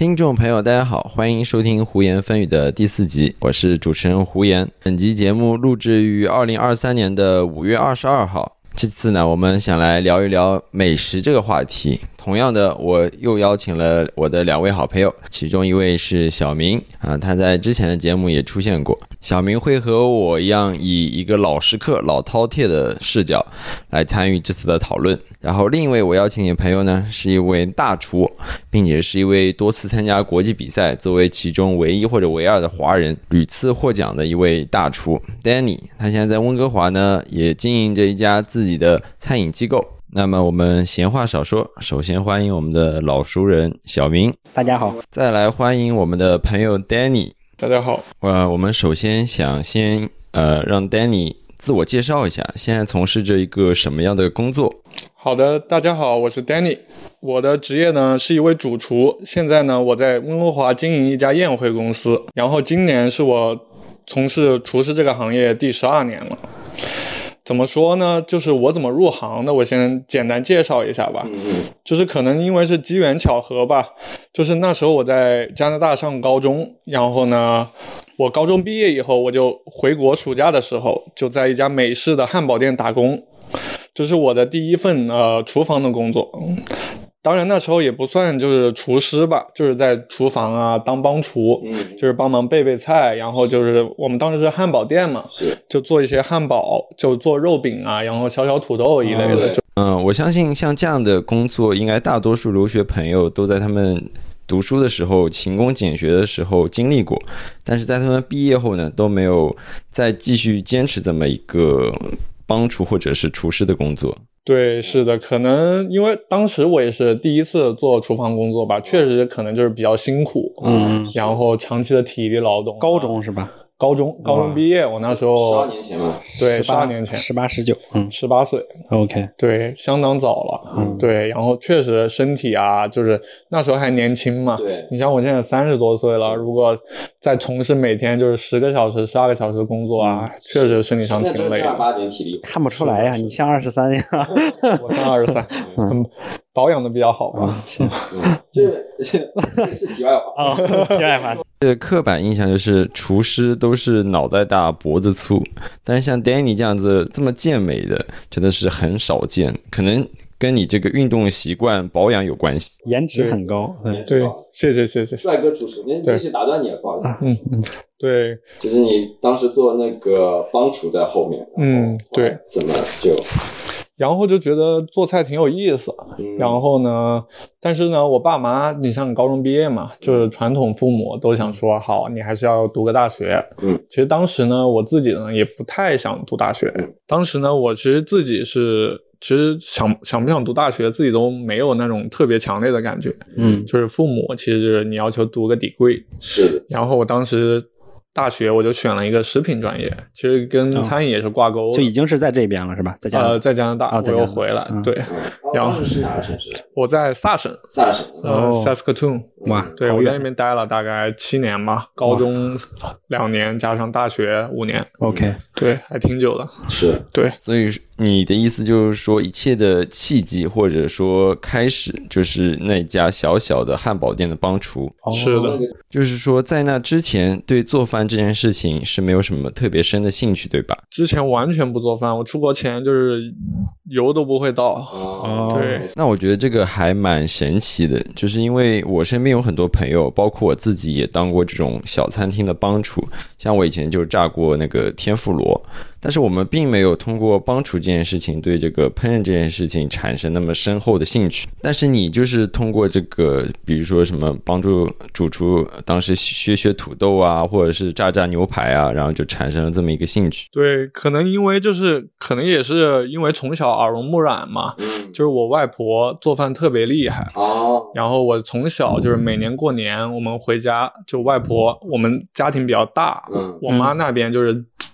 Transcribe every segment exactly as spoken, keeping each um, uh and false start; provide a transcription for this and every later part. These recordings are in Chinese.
听众朋友大家好，欢迎收听胡言风语的第四集，我是主持人胡言。本集节目录制于二零二三年的五月二十二号。这次呢，我们想来聊一聊美食这个话题。同样的，我又邀请了我的两位好朋友，其中一位是小明啊，他在之前的节目也出现过。小明会和我一样，以一个老食客、老饕餮的视角来参与这次的讨论。然后另一位我邀请的朋友呢，是一位大厨，并且是一位多次参加国际比赛，作为其中唯一或者唯二的华人，屡次获奖的一位大厨 Danny。他现在在温哥华呢，也经营着一家自己的餐饮机构。那么我们闲话少说，首先欢迎我们的老熟人小明， 大家好。 再来欢迎我们的朋友 Danny， 大家好。 呃，我们首先想先呃让 Danny 自我介绍一下，现在从事着一个什么样的工作？ 好的，大家好，我是 Danny， 我的职业呢是一位主厨，现在呢我在温哥华经营一家宴会公司，然后今年是我从事厨师这个行业第十二年了。怎么说呢，就是我怎么入行的，我先简单介绍一下吧。就是可能因为是机缘巧合吧，就是那时候我在加拿大上高中，然后呢我高中毕业以后，我就回国，暑假的时候就在一家美式的汉堡店打工，这是我的第一份呃厨房的工作。当然那时候也不算就是厨师吧，就是在厨房啊当帮厨，嗯，就是帮忙备备菜，然后就是我们当时是汉堡店嘛，是就做一些汉堡，就做肉饼啊，然后小小土豆一类的。 嗯、呃，我相信像这样的工作，应该大多数留学朋友都在他们读书的时候、勤工俭学的时候经历过，但是在他们毕业后呢，都没有再继续坚持这么一个帮厨或者是厨师的工作。 对，是的，可能因为当时我也是第一次做厨房工作吧，确实可能就是比较辛苦，嗯，然后长期的体力劳动、啊。 高中是吧？ 高中，高中毕业，我那时候十二年前嘛， 对，十二年前， 十八、十九，嗯， 十八岁 ，OK， 对，相当早了，嗯，对，然后确实身体啊，就是那时候还年轻嘛，对，你像我现在三十多岁了，如果再从事每天就是十个小时、十二个小时工作啊，嗯、确实身体上挺累的。 八点体力看不出来呀、啊，你像二十三呀， 我像二十三，嗯，保养的比较好吧？ 行，这这是题外话啊，题外话。 这个刻板印象就是厨师都是脑袋大脖子粗，但是像 Danny 这样子这么健美的真的是很少见，可能跟你这个运动习惯保养有关系。 颜值很高， 对，对，谢谢谢谢。 帅哥厨师，您继续打断你了，不好意思。 嗯嗯，对， 就是你当时做那个帮厨在后面， 嗯，对， 怎么就？ 然后就觉得做菜挺有意思，嗯、然后呢，但是呢，我爸妈，你像高中毕业嘛，就是传统父母都想说，好，你还是要读个大学。嗯，其实当时呢，我自己呢也不太想读大学。当时呢，我其实自己是，其实想想不想读大学，自己都没有那种特别强烈的感觉。嗯，就是父母其实就是你要求读个 degree， 是。然后我当时大学我就选了一个食品专业，其实跟餐饮也是挂钩的、 哦、就已经是在这边了是吧？在加拿大， 呃，在加拿大， 哦、 我又回来，嗯、对。然后是哪个城市？ 我在萨省， 萨省， 呃、哦、，Saskatoon。 哇， 对，我在那边待了大概七年吧，高中两年加上大学五年。 OK， 对，还挺久的。 是， 对。 所以你的意思就是说，一切的契机或者说开始，就是那家小小的汉堡店的帮厨。 是的， 就是说在那之前对做饭这件事情是没有什么特别深的兴趣，对吧？ 之前完全不做饭，我出国前就是油都不会倒。哦，对。 那我觉得这个还蛮神奇的，就是因为我身边有很多朋友，包括我自己也当过这种小餐厅的帮厨，像我以前就炸过那个天妇罗，但是我们并没有通过帮厨这件事情对这个烹饪这件事情产生那么深厚的兴趣。但是你就是通过这个，比如说什么帮助主厨当时削削土豆啊，或者是炸炸牛排啊，然后就产生了这么一个兴趣。 对，可能因为就是可能也是因为从小耳濡目染嘛，嗯、就是我外婆做饭特别厉害哦，然后我从小就是每年过年我们回家，就外婆我们家庭比较大，嗯、我妈那边就是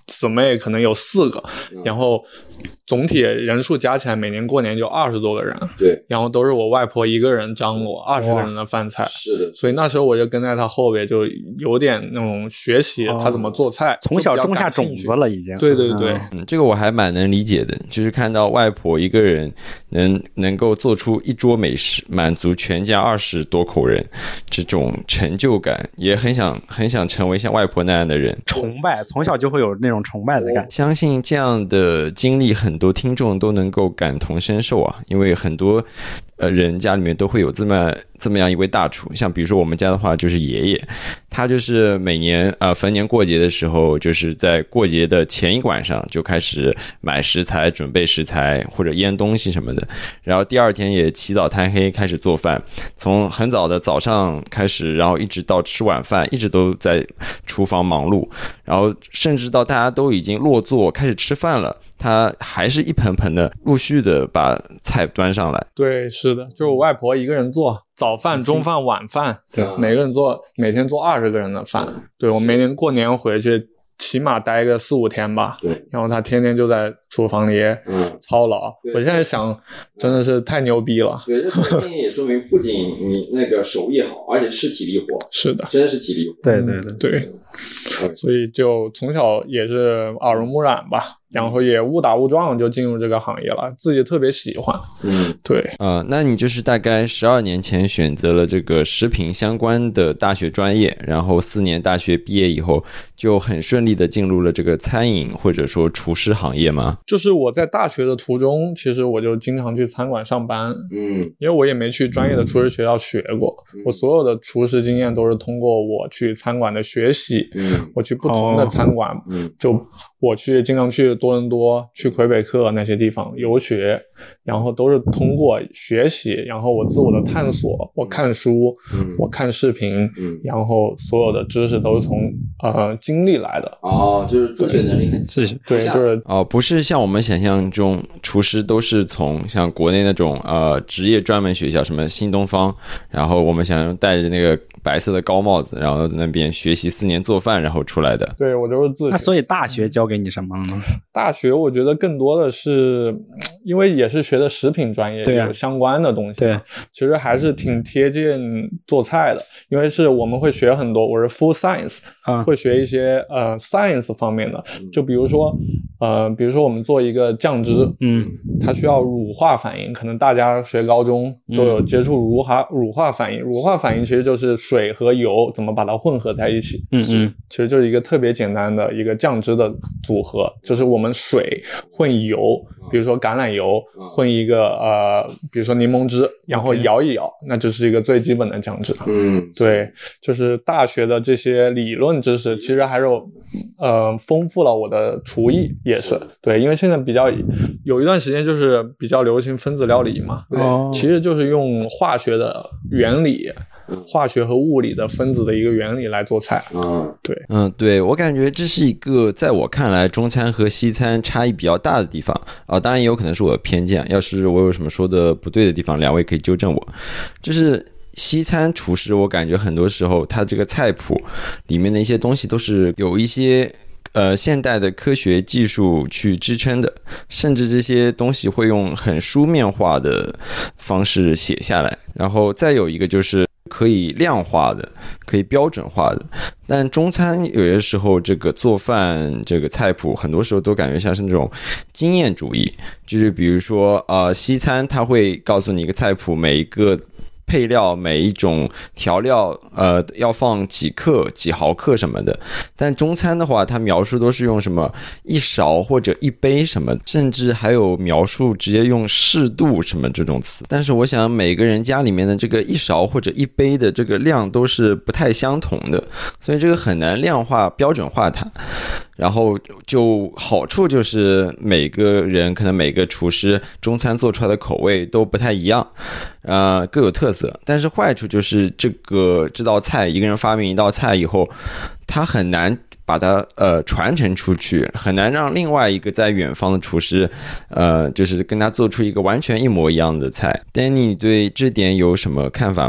姊妹可能有四个，然后总体人数加起来每年过年就二十多个人， 对， 然后都是我外婆一个人张罗二十个人的饭菜， 是的， 所以那时候我就跟在她后边，就有点那种学习她怎么做菜， 哦、从小种下种子了已经。 对对对、 嗯，这个我还蛮能理解的，就是看到外婆一个人能能够做出一桌美食，满足全家二十多口人，这种成就感，也很想很想成为像外婆那样的人， 崇拜，从小就会有那种崇拜的感觉。 相信这样的经历，很多听众都能够感同身受啊，因为很多呃人家里面都会有这么这么样一位大厨，像比如说我们家的话就是爷爷，他就是每年呃逢年过节的时候，就是在过节的前一晚上就开始买食材、准备食材或者腌东西什么的，然后第二天也起早贪黑开始做饭，从很早的早上开始，然后一直到吃晚饭，一直都在厨房忙碌，然后甚至到大家都已经落座开始吃饭了，他还是一盆盆的陆续的把菜端上来。 对，是的，就是我外婆一个人做早饭、中饭、晚饭， 对， 每个人做，每天做二十个人的饭。对，我每年过年回去，起码待个四五天吧。 对， 然后他天天就在厨房里操劳。嗯、我现在想，真的是太牛逼了。 对，这说明也说明不仅你那个手艺好，而且是体力活。 是的， 真的是体力活。 对对对对，对所以就从小也是耳濡目染吧。然后也误打误撞就进入这个行业了，自己特别喜欢。 嗯， 对啊、呃，那你就是大概十二年前选择了这个食品相关的大学专业，然后四年大学毕业以后，就很顺利的进入了这个餐饮或者说厨师行业吗？ 就是我在大学的途中，其实我就经常去餐馆上班。 嗯， 因为我也没去专业的厨师学校学过，嗯、我所有的厨师经验都是通过我去餐馆的学习。 嗯， 我去不同的餐馆， 嗯， 就我去经常去多伦多、去魁北克那些地方游学，然后都是通过学习，然后我自我的探索，我看书， 嗯、 我看视频， 嗯， 然后所有的知识都是从呃经历来的。 哦，就是自学能力很自学， 对，就是哦，不是像我们想象中，厨师都是从像国内那种呃职业专门学校，什么新东方，然后我们想象戴着那个白色的高帽子，然后在那边学习四年做饭，然后出来的。 对，我都是自学。 那所以大学教给你什么了呢？ 大学我觉得更多的是，因为也是学的食品专业， 对啊、 有相关的东西。 对， 其实还是挺贴近做菜的，因为是我们会学很多，我是 food science，、嗯、会学一些呃 science 方面的，就比如说呃，比如说我们做一个酱汁， 嗯， 它需要乳化反应，可能大家学高中都有接触乳化、嗯、乳化反应，乳化反应其实就是水和油怎么把它混合在一起， 嗯嗯， 其实就是一个特别简单的一个酱汁的组合，就是我们水混油，比如说橄榄油混一个呃，比如说柠檬汁，然后摇一摇，那就是一个最基本的酱汁。 嗯， 对，就是大学的这些理论知识，其实还是呃丰富了我的厨艺，也是对，因为现在比较有一段时间就是比较流行分子料理嘛， 对， 其实就是用化学的原理。化学和物理的分子的一个原理来做菜。 嗯， 对， 嗯，对，我感觉这是一个在我看来中餐和西餐差异比较大的地方啊、呃，当然也有可能是我的偏见，要是我有什么说的不对的地方，两位可以纠正我。就是西餐厨师，我感觉很多时候他这个菜谱里面的一些东西都是有一些呃，现代的科学技术去支撑的，甚至这些东西会用很书面化的方式写下来，然后再有一个就是可以量化的，可以标准化的。但中餐有些时候这个做饭这个菜谱很多时候都感觉像是那种经验主义，就是比如说呃，西餐它会告诉你一个菜谱，每一个配料每一种调料呃要放几克几毫克什么的，但中餐的话它描述都是用什么一勺或者一杯什么，甚至还有描述直接用适度什么这种词。但是我想每个人家里面的这个一勺或者一杯的这个量都是不太相同的，所以这个很难量化标准化它。然后就好处就是每个人可能每个厨师中餐做出来的口味都不太一样，呃，各有特色。但是坏处就是这个这道菜一个人发明一道菜以后，他很难把它呃传承出去，很难让另外一个在远方的厨师呃就是跟他做出一个完全一模一样的菜。Danny 你对这点有什么看法吗？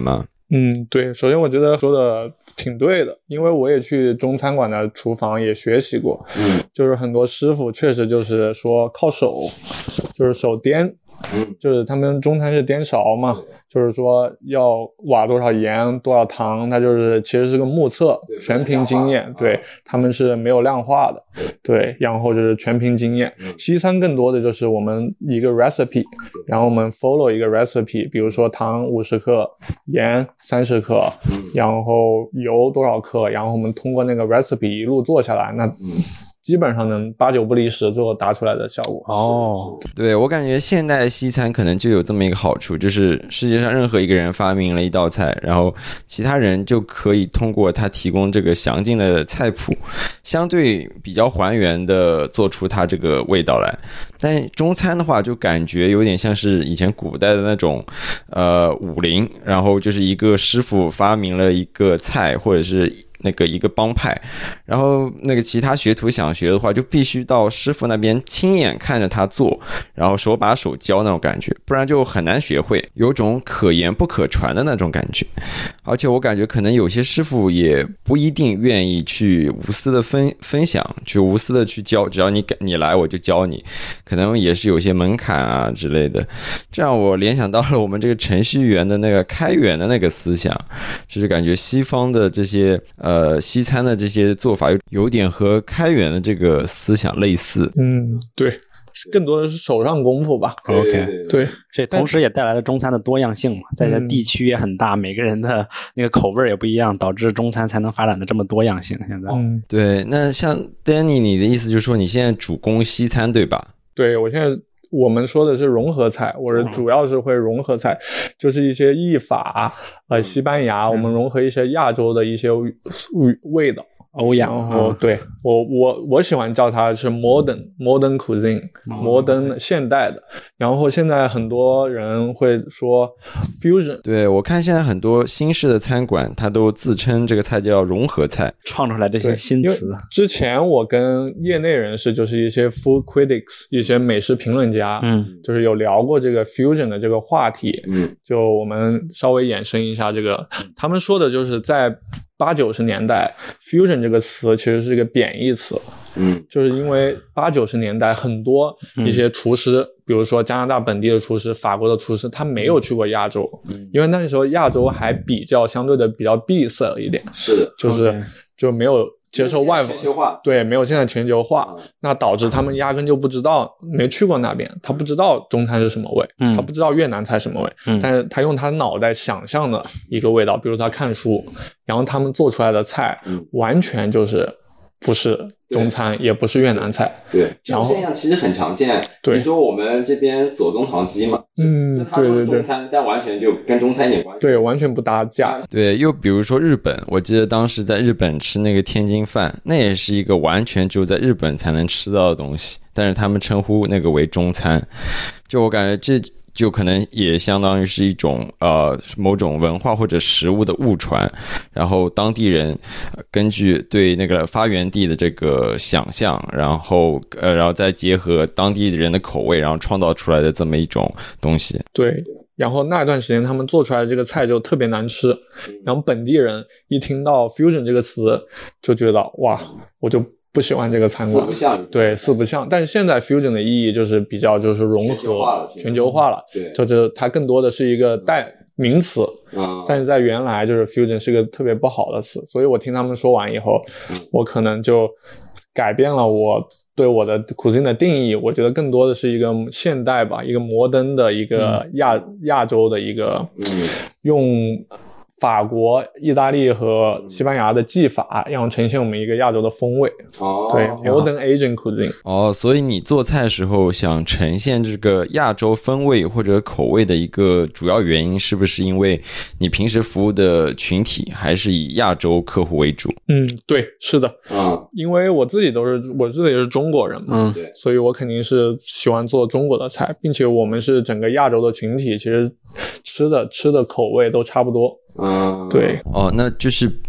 嗯，对，首先我觉得说的挺对的，因为我也去中餐馆的厨房也学习过， 嗯， 就是很多师傅确实就是说靠手，就是手颠。 嗯， 就是他们中餐是颠勺嘛，就是说要挖多少盐多少糖，它就是其实是个目测，全凭经验，对，他们是没有量化的，对，然后就是全凭经验。西餐更多的就是我们一个 recipe， 然后我们 follow 一个 recipe， 比如说糖五十克，盐三十克，然后油多少克，然后我们通过那个 recipe 一路做下来，那基本上能八九不离十最后达出来的效果。 哦， 对，我感觉现代西餐可能就有这么一个好处，就是世界上任何一个人发明了一道菜，然后其他人就可以通过他提供这个详尽的菜谱，相对比较还原的做出它这个味道来。但中餐的话就感觉有点像是以前古代的那种呃武林，然后就是一个师傅发明了一个菜，或者是那个一个帮派，然后那个其他学徒想学的话就必须到师傅那边亲眼看着他做，然后手把手教那种感觉，不然就很难学会，有种可言不可传的那种感觉。而且我感觉可能有些师傅也不一定愿意去无私的分分享，去无私的去教，只要你你来我就教你，可能也是有些门槛啊之类的。这样我联想到了我们这个程序员的那个开源的那个思想，就是感觉西方的这些呃西餐的这些做法有点和开源的这个思想类似。 嗯，对，更多的是手上功夫吧。 OK， 对， 所以同时也带来了中餐的多样性嘛，在这地区也很大，每个人的那个口味也不一样，导致中餐才能发展的这么多样性。现在， 嗯， 对，那像 Danny 你的意思就是说你现在主攻西餐对吧？ 对，我现在我们说的是融合菜，我是主要是会融合菜，就是一些意法呃西班牙，我们融合一些亚洲的一些味道。 欧亚， 然后对我我我喜欢叫它是 modern modern cuisine， 摩登现代的。然后现在很多人会说 fusion， 对，我看现在很多新式的餐馆，它都自称这个菜叫融合菜， 创出来这些新词。 之前我跟业内人士，就是一些 food critics， 一些美食评论家， 嗯， 就是有聊过这个 fusion 的这个话题， 嗯， 就我们稍微延伸一下这个，他们说的就是在八九十年代 fusion 这个词其实是一个贬义词， 嗯， 就是因为八九十年代很多一些厨师，嗯，比如说加拿大本地的厨师，法国的厨师，他没有去过亚洲，嗯，因为那时候亚洲还比较相对的比较闭塞一点， 是的， 就是 okay. 就没有接受外全球化， 对，没有现在全球化，嗯，那导致他们压根就不知道，没去过那边，他不知道中餐是什么味，嗯，他不知道越南菜什么味，嗯，但是他用他脑袋想象的一个味道，比如他看书，然后他们做出来的菜，嗯，完全就是不是中餐，也不是越南菜。 对，这种现象其实很常见。 对， 你说我们这边左宗棠鸡嘛， 嗯，对对对， 中餐，但完全就跟中餐一点关系。 对，完全不搭架。 对，又比如说日本，我记得当时在日本吃那个天津饭，那也是一个完全只有在日本才能吃到的东西，但是他们称呼那个为中餐。就我感觉这就可能也相当于是一种呃某种文化或者食物的误传，然后当地人根据对那个发源地的这个想象，然后呃然后再结合当地人的口味，然后创造出来的这么一种东西。 对，然后那段时间他们做出来的这个菜就特别难吃，然后本地人一听到 fusion 这个词就觉得哇，我就不喜欢这个餐馆， 四不像， 对，四不像。但是现在 fusion 的意义就是比较就是融合全球化了， 对， 就是它更多的是一个代名词， 嗯， 但是在原来就是 fusion 是个特别不好的词，所以我听他们说完以后，嗯，我可能就改变了我对我的 cuisine 的定义，我觉得更多的是一个现代吧，一个摩登的一个亚，嗯，亚洲的一个，嗯，用法国、意大利和西班牙的技法，然后呈现我们一个亚洲的风味。 哦， 对 ，Modern Asian cuisine。 哦，所以你做菜的时候想呈现这个亚洲风味或者口味的一个主要原因，是不是因为你平时服务的群体还是以亚洲客户为主？ 嗯，对，是的。 嗯， 因为我自己都是我自己也是中国人嘛， 嗯， 对，所以我肯定是喜欢做中国的菜，并且我们是整个亚洲的群体，其实吃的吃的口味都差不多。 嗯， 对， 哦，那就是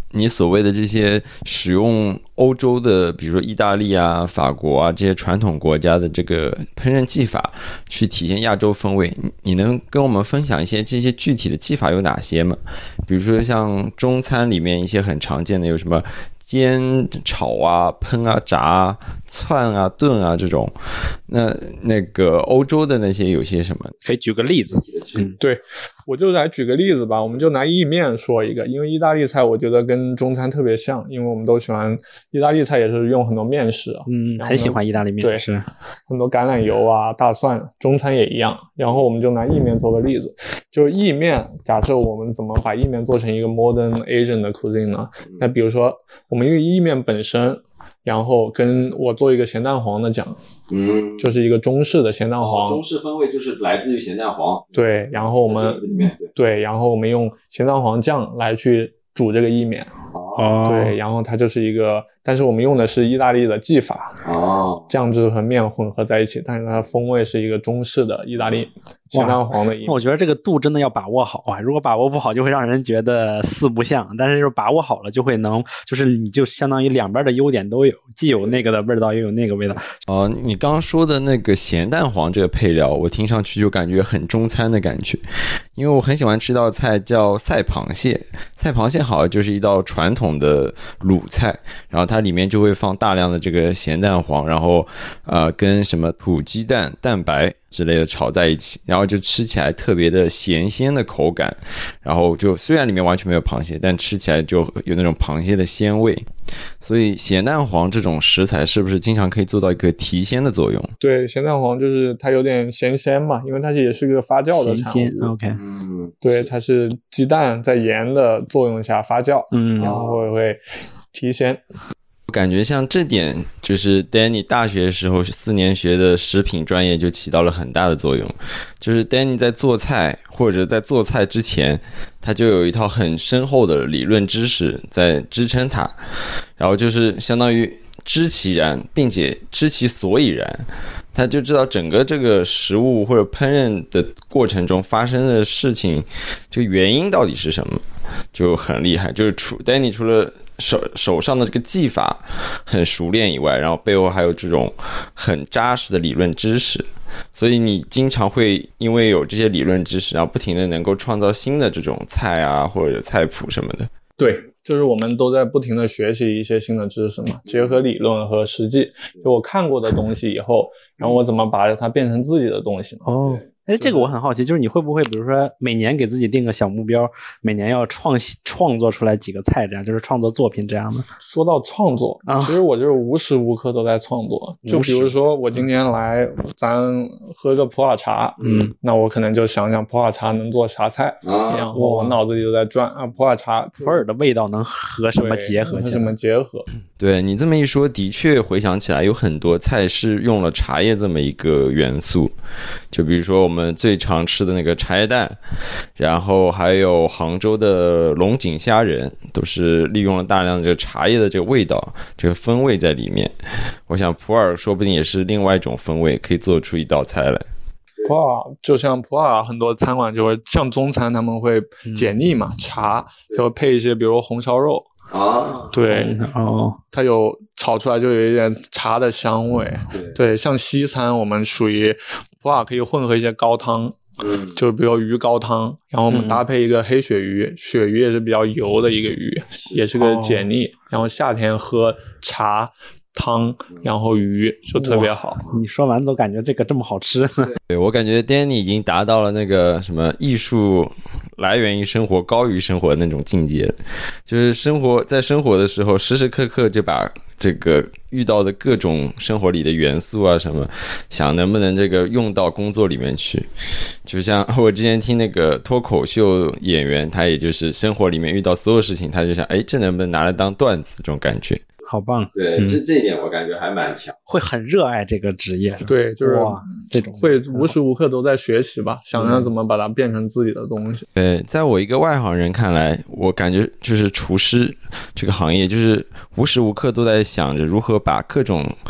你所谓的这些使用欧洲的，比如说意大利啊、法国啊这些传统国家的这个烹饪技法，去体现亚洲风味，你能跟我们分享一些这些具体的技法有哪些吗？比如说像中餐里面一些很常见的有什么煎、炒啊、烹啊、炸啊、窜啊、炖啊这种，那那个欧洲的那些有些什么？ 可以举个例子。 嗯，对，我就来举个例子吧，我们就拿意面说一个，因为意大利菜我觉得跟中餐特别像，因为我们都喜欢意大利菜，也是用很多面食， 嗯，很喜欢意大利面， 对， 是很多橄榄油啊、大蒜，中餐也一样。然后我们就拿意面做个例子，就是意面，假设我们怎么把意面做成一个 modern Asian 的 cuisine 呢？那比如说我们用意面本身，然后跟我做一个咸蛋黄的酱， 嗯， 就是一个中式的咸蛋黄， 哦、中式风味就是来自于咸蛋黄， 对，然后我们对, 对，然后我们用咸蛋黄酱来去煮这个意面， 哦， 对，然后它就是一个，但是我们用的是意大利的技法， 哦， 酱汁和面混合在一起，但是它的风味是一个中式的意大利咸蛋黄的意面。 我觉得这个度真的要把握好啊！如果把握不好，就会让人觉得四不像；但是就是把握好了，就会能，就是你就相当于两边的优点都有，既有那个的味道，又有那个味道。 哦、呃，你刚刚说的那个咸蛋黄这个配料，我听上去就感觉很中餐的感觉，因为我很喜欢吃一道菜叫赛螃蟹。赛螃蟹好像就是一道传统的鲁菜，然后它里面就会放大量的这个咸蛋黄，然后呃跟什么土鸡蛋、蛋白之类的炒在一起，然后就吃起来特别的咸鲜的口感，然后就虽然里面完全没有螃蟹，但吃起来就有那种螃蟹的鲜味。所以咸蛋黄这种食材是不是经常可以做到一个提鲜的作用？ 对，咸蛋黄就是它有点咸鲜嘛，因为它也是个发酵的产物。 咸鲜 OK， 嗯，对，它是鸡蛋在盐的作用下发酵， 嗯， 然后会提鲜。 我感觉像这点，就是 Danny 大学的时候四年学的食品专业就起到了很大的作用。就是 Danny 在做菜或者在做菜之前，他就有一套很深厚的理论知识在支撑他，然后就是相当于知其然，并且知其所以然。他就知道整个这个食物或者烹饪的过程中发生的事情，这个原因到底是什么，就很厉害。就是除 Danny 除了手手上的这个技法很熟练以外，然后背后还有这种很扎实的理论知识，所以你经常会因为有这些理论知识，然后不停的能够创造新的这种菜啊或者菜谱什么的。 对，就是我们都在不停的学习一些新的知识嘛，结合理论和实际，就我看过的东西以后，然后我怎么把它变成自己的东西嘛。 哦，哎，这个我很好奇，就是你会不会比如说每年给自己定个小目标，每年要创创作出来几个菜，这样就是创作作品这样的？ 说到创作、啊、其实我就是无时无刻都在创作。就比如说我今天来咱喝个普洱茶，嗯，那我可能就想想普洱茶能做啥菜、啊、然后我脑子里就在转啊，普洱茶普洱的味道能和什么结合起来？ 什么结合？ 对，你这么一说，的确回想起来有很多菜是用了茶叶这么一个元素，就比如说我们最常吃的那个茶叶蛋，然后还有杭州的龙井虾仁，都是利用了大量的这个茶叶的这个味道，这个风味在里面。我想普洱说不定也是另外一种风味，可以做出一道菜来。 普洱就像普洱很多餐馆就会像中餐他们会解腻嘛、嗯、茶就会配一些比如红烧肉啊，对哦， 它有炒出来就有一点茶的香味。对，对，像西餐我们属于普洱可以混合一些高汤，嗯，就比如鱼高汤，然后我们搭配一个黑鳕鱼、嗯、鳕鱼也是比较油的一个鱼，也是个解腻、哦、然后夏天喝茶汤然后鱼就特别好。 你说完都感觉这个这么好吃。 对，我感觉 Danny 已经达到了那个什么艺术来源于生活高于生活的那种境界，就是生活在生活的时候时时刻刻就把这个遇到的各种生活里的元素啊什么，想能不能这个用到工作里面去。就像我之前听那个脱口秀演员，他也就是生活里面遇到所有事情，他就想哎，这能不能拿来当段子，这种感觉。 好棒。 对，嗯、这这一点我感觉还蛮强， 会很热爱这个职业。 对，就是哇，这种会无时无刻都在学习吧，想想怎么把它变成自己的东西。 对，在我一个外行人看来，我感觉就是厨师这个行业就是无时无刻都在想着如何把各种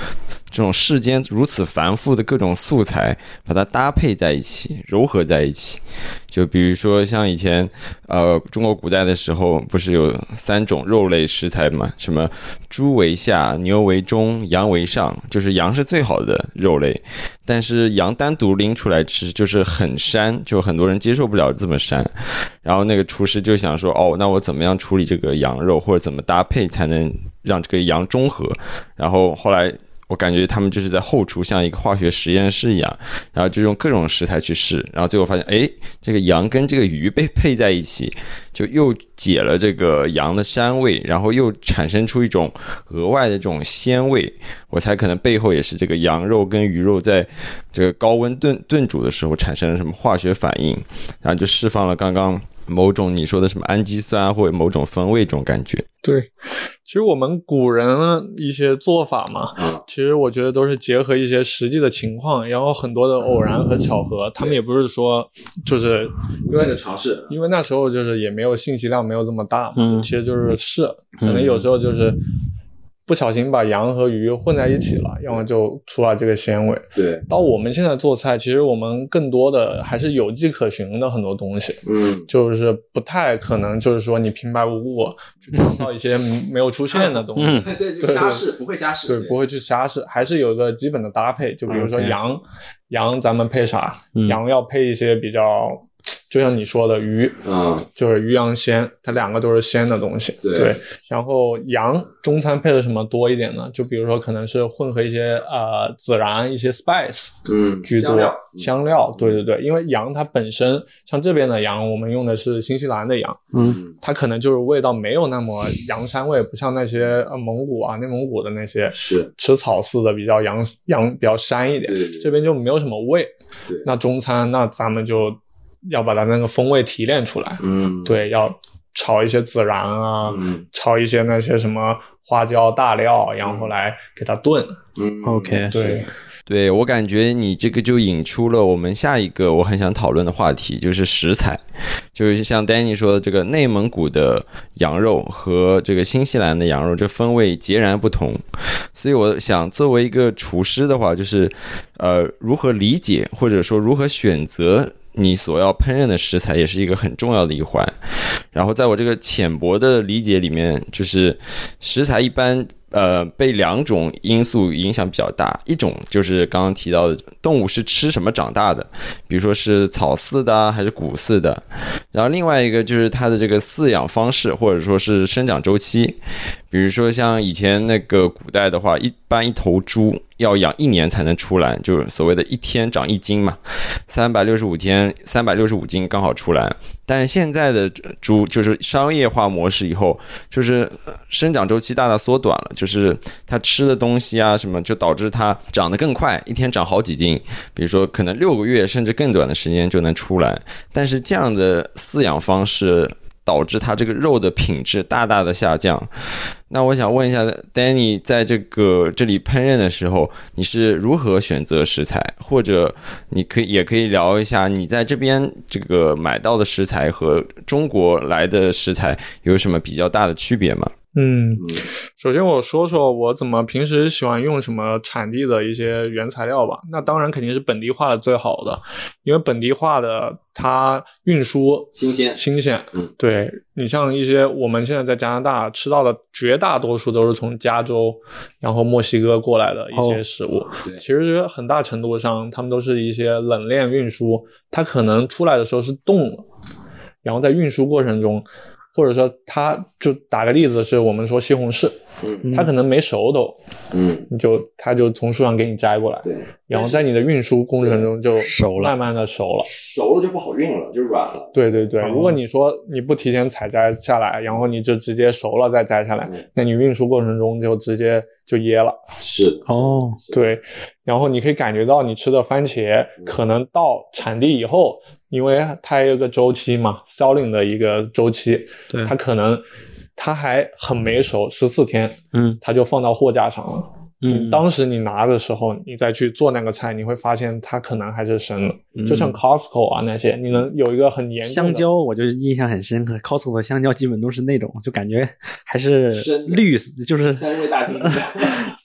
这种世间如此繁复的各种素材，把它搭配在一起，糅合在一起。就比如说像以前呃中国古代的时候不是有三种肉类食材嘛，什么猪为下，牛为中，羊为上，就是羊是最好的肉类，但是羊单独拎出来吃就是很膻，就很多人接受不了这么膻。然后那个厨师就想说，哦，那我怎么样处理这个羊肉，或者怎么搭配才能让这个羊中和。然后后来我感觉他们就是在后厨像一个化学实验室一样，然后就用各种食材去试，然后最后发现，哎，这个羊跟这个鱼被配在一起，就又解了这个羊的膻味，然后又产生出一种额外的这种鲜味。我猜可能背后也是这个羊肉跟鱼肉在这个高温炖炖煮的时候产生了什么化学反应，然后就释放了刚刚某种你说的什么氨基酸或者某种风味这种感觉。 对，其实我们古人一些做法嘛，其实我觉得都是结合一些实际的情况，然后很多的偶然和巧合，他们也不是说就是因为尝试， 因为那时候就是也没有信息量没有这么大嘛， 嗯， 其实就是试，可能有时候就是不小心把羊和鱼混在一起了，然后就出了这个鲜味。 对， 到我们现在做菜，其实我们更多的还是有迹可循的很多东西， 嗯， 就是不太可能就是说你平白无故去创造一些没有出现的东西， 嗯， 对，就瞎试，不会瞎试， 对，不会去瞎试，还是有一个基本的搭配。就比如说羊， okay. 羊咱们配啥？ 嗯， 羊要配一些比较。就像你说的鱼， 嗯， 就是鱼羊鲜，它两个都是鲜的东西。 对， 对，然后羊中餐配的什么多一点呢？就比如说可能是混合一些呃孜然、一些 spice， 嗯， 居多， 香料， 香料，对对对，因为羊它本身像这边的羊，我们用的是新西兰的羊， 嗯， 它可能就是味道没有那么羊膻味，不像那些呃蒙古啊、内蒙古的那些是吃草饲的比较羊羊比较膻一点， 对对对， 这边就没有什么味。 对， 那中餐那咱们就。要把它那个风味提炼出来， 嗯， 对，要炒一些孜然啊， 嗯， 炒一些那些什么花椒大料，然后来给它炖。 嗯 ，OK， 对。 对，我感觉你这个就引出了我们下一个我很想讨论的话题，就是食材。就是像 Danny 说的，这个内蒙古的羊肉和这个新西兰的羊肉，这风味截然不同。所以我想作为一个厨师的话，就是呃，如何理解或者说如何选择你所要烹饪的食材，也是一个很重要的一环。然后在我这个浅薄的理解里面，就是食材一般呃，被两种因素影响比较大，一种就是刚刚提到的动物是吃什么长大的，比如说是草饲的还是谷饲的，然后另外一个就是它的这个饲养方式或者说是生长周期，比如说像以前那个古代的话，一般一头猪要养一年才能出栏，就是所谓的一天长一斤嘛，三百六十五天三百六十五斤刚好出栏。但是现在的猪就是商业化模式以后，就是生长周期大大缩短了，就是它吃的东西啊什么，就导致它长得更快，一天长好几斤，比如说可能六个月甚至更短的时间就能出栏。但是这样的饲养方式导致它这个肉的品质大大的下降。那我想问一下 Danny， 在这个这里烹饪的时候，你是如何选择食材？或者你可以也可以聊一下你在这边这个买到的食材和中国来的食材有什么比较大的区别吗？ 嗯，首先我说说我怎么平时喜欢用什么产地的一些原材料吧。那当然肯定是本地化的最好的，因为本地化的它运输新鲜新鲜。 嗯， 对，你像一些我们现在在加拿大吃到的绝大多数都是从加州然后墨西哥过来的一些食物， 哦， 其实很大程度上他们都是一些冷链运输，它可能出来的时候是冻了，然后在运输过程中，或者说它就打个例子，是我们说西红柿， 嗯， 它可能没熟都， 嗯， 你就它就从树上给你摘过来， 对， 然后在你的运输过程中就熟了， 慢慢的熟了， 熟了就不好运了，就软了。 对对对， 哦， 如果你说你不提前采摘下来，然后你就直接熟了再摘下来， 嗯，那你运输过程中就直接就噎了。 是哦， 对，然后你可以感觉到你吃的番茄可能到产地以后，因为它有个周期嘛 selling 的一个周期， 对， 它可能它还很没熟，十四天， 嗯， 它就放到货架上了。 嗯， 当时你拿的时候，你再去做那个菜，你会发现它可能还是生的， 嗯， 就像 Costco 啊那些，你能有一个很严重的香蕉，我就印象很深刻 ，Costco 的香蕉基本都是那种，就感觉还是绿，就是三味大青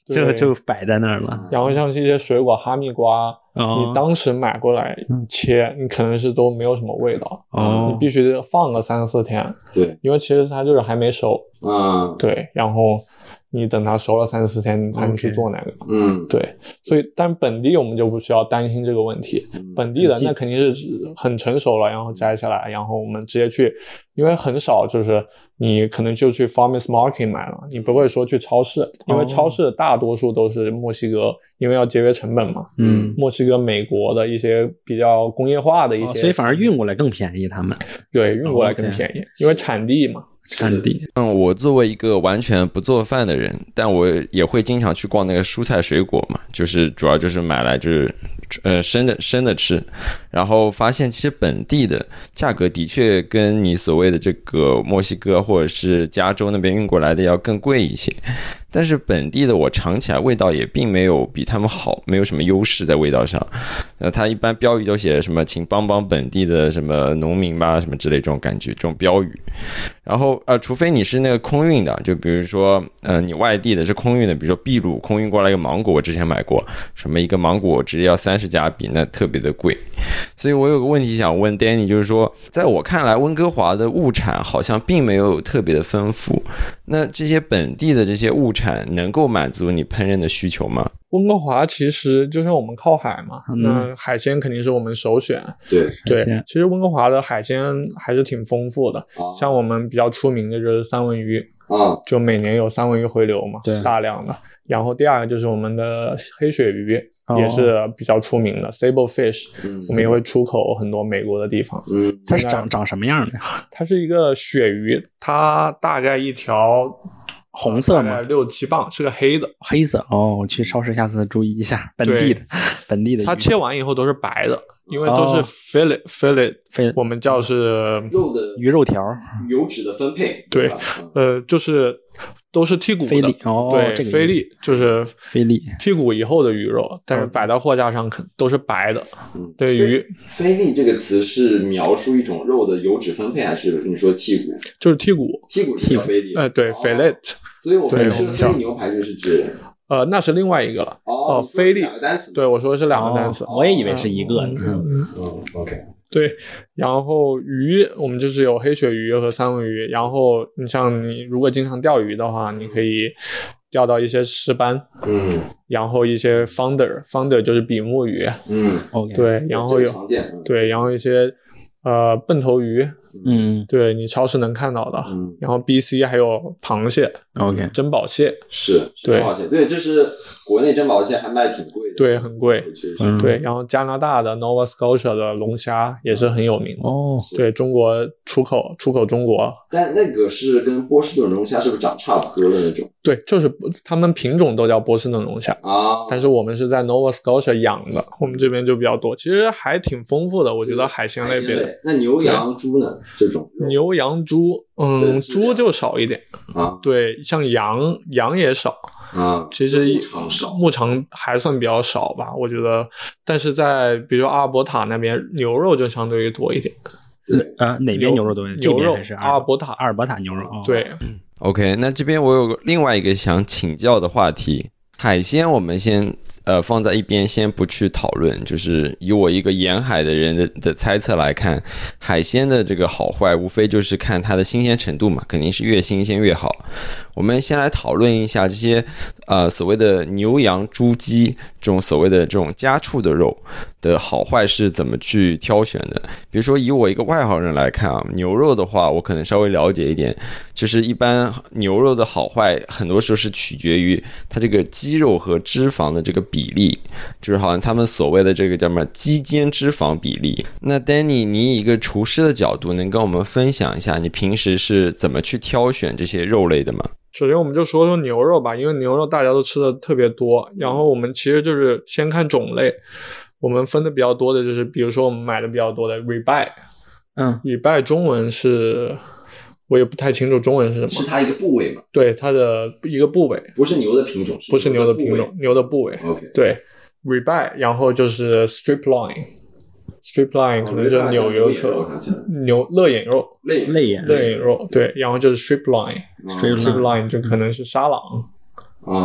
这个就摆在那儿了。 然后像是一些水果，哈密瓜， 哦、 你当时买过来切，你可能是都没有什么味道， 哦、 你必须得放个三四天。 对， 因为其实它就是还没熟。 嗯， 对，然后你等它熟了三四天，你才能去做那个。 Okay. 嗯， 对，所以但本地我们就不需要担心这个问题。 嗯、 本地的那肯定是很成熟了，然后摘下来，然后我们直接去，因为很少就是你可能就去 farmers market 买了，你不会说去超市，因为超市大多数都是墨西哥，因为要节约成本嘛。 嗯， 墨西哥、美国的一些比较工业化的一些， 哦、所以反而运过来更便宜，他们对运过来更便宜，哦 okay. 因为产地嘛。 产地。 嗯，我作为一个完全不做饭的人，但我也会经常去逛那个蔬菜水果嘛，就是主要就是买来就是呃生的生的吃，然后发现其实本地的价格的确跟你所谓的这个墨西哥或者是加州那边运过来的要更贵一些。但是本地的我尝起来味道也并没有比他们好，没有什么优势在味道上。那它一般标语都写什么请帮帮本地的什么农民吧什么之类这种感觉，这种标语。然后呃，除非你是那个空运的，就比如说呃你外地的是空运的，比如说秘鲁空运过来一个芒果，我之前买过，什么一个芒果直接要三十加币，那特别的贵。所以我有个问题想问 Danny， 就是说在我看来温哥华的物产好像并没有特别的丰富，那这些本地的这些物产能够满足你烹饪的需求吗？ 温哥华其实就像我们靠海嘛， 嗯、 那海鲜肯定是我们首选。 对对，其实温哥华的海鲜还是挺丰富的，啊、像我们比较出名的就是三文鱼啊，就每年有三文鱼回流嘛， 对， 大量的。然后第二个就是我们的黑鳕鱼。哦、也是比较出名的 sable fish、嗯、我们也会出口很多美国的地方。 嗯，它是长长什么样的呀？ 它是一个鳕鱼，它大概一条红色吗？ 六七磅，是个黑的。 黑色哦，我去超市下次注意一下本地的本地的鱼。 它切完以后都是白的，因为都是 fillet、哦、fillet， 我们叫是肉的鱼肉条， 油脂的分配。 对，呃，就是都是剔骨的， 菲力哦， 对， 这个菲力就是菲力剔骨以后的鱼肉，但是摆到货架上都是白的。嗯，对鱼。 菲力这个词是描述一种肉的油脂分配，还是你说剔骨？ 就是剔骨， 剔骨叫菲力。 哎、呃，对、哦、，fillet。 所以我们吃的菲力牛排就是指。 呃，那是另外一个了。 哦， 菲力。对，我说的是两个单词。 哦、我也以为是一个。 嗯嗯嗯 ，OK。 对，然后鱼我们就是有黑鳕鱼和三文鱼，然后你像你如果经常钓鱼的话，你可以钓到一些石斑， 嗯， 然后一些 founder founder 就是比目鱼， 嗯 ，OK， 对，然后有对，然后一些呃笨头鱼， 嗯， 对你超市能看到的， 嗯， 然后 B C 还有螃蟹 ，OK， 珍宝蟹是， 对， 珍宝蟹，对，就是国内珍宝蟹还卖挺贵的， 对，很贵， 嗯、 对，然后加拿大的 Nova Scotia 的龙虾也是很有名的， 哦， 对中国出口出口中国， 但那个是跟波士顿龙虾是不是长差不多的那种？ 对，就是他们品种都叫波士顿龙虾啊， 但是我们是在 Nova Scotia 养的，我们这边就比较多，其实还挺丰富的，我觉得海鲜类别的。 那牛羊猪呢？这种牛羊猪，嗯，猪就少一点啊。 对，像羊羊也少啊。 其实牧场少， 牧场还算比较少吧，我觉得。但是在比如阿尔伯塔那边，牛肉就相对于多一点。 对啊，哪边牛肉多一点？ 牛肉还是阿尔伯塔？ 阿尔伯塔牛肉。哦、 对。 OK， 那这边我有另外一个想请教的话题，海鲜我们先呃放在一边，先不去讨论。就是以我一个沿海的人的的猜测来看，海鲜的这个好坏，无非就是看它的新鲜程度嘛，肯定是越新鲜越好。我们先来讨论一下这些呃所谓的牛羊猪鸡这种所谓的这种家畜的肉的好坏是怎么去挑选的。比如说以我一个外行人来看啊，牛肉的话我可能稍微了解一点，就是一般牛肉的好坏很多时候是取决于它这个肌肉和脂肪的这个比例，就是好像他们所谓的这个叫什么肌间脂肪比例。那 Danny 你以一个厨师的角度能跟我们分享一下你平时是怎么去挑选这些肉类的吗？ 首先我们就说说牛肉吧，因为牛肉大家都吃的特别多，然后我们其实就是先看种类，我们分的比较多的就是比如说我们买的比较多的 ribeye， 嗯 ribeye 中文是我也不太清楚中文是什么， 是它一个部位嘛？ 对，它的一个部位， 不是牛的品种， 不是牛的品种，牛的部位。 OK， 对 ribeye， 然后就是 strip loin，strip loin 可能就是纽约客牛肋眼肉， 肋眼肋眼肉，对，然后就是 strip loin，strip loin 就可能是沙朗啊，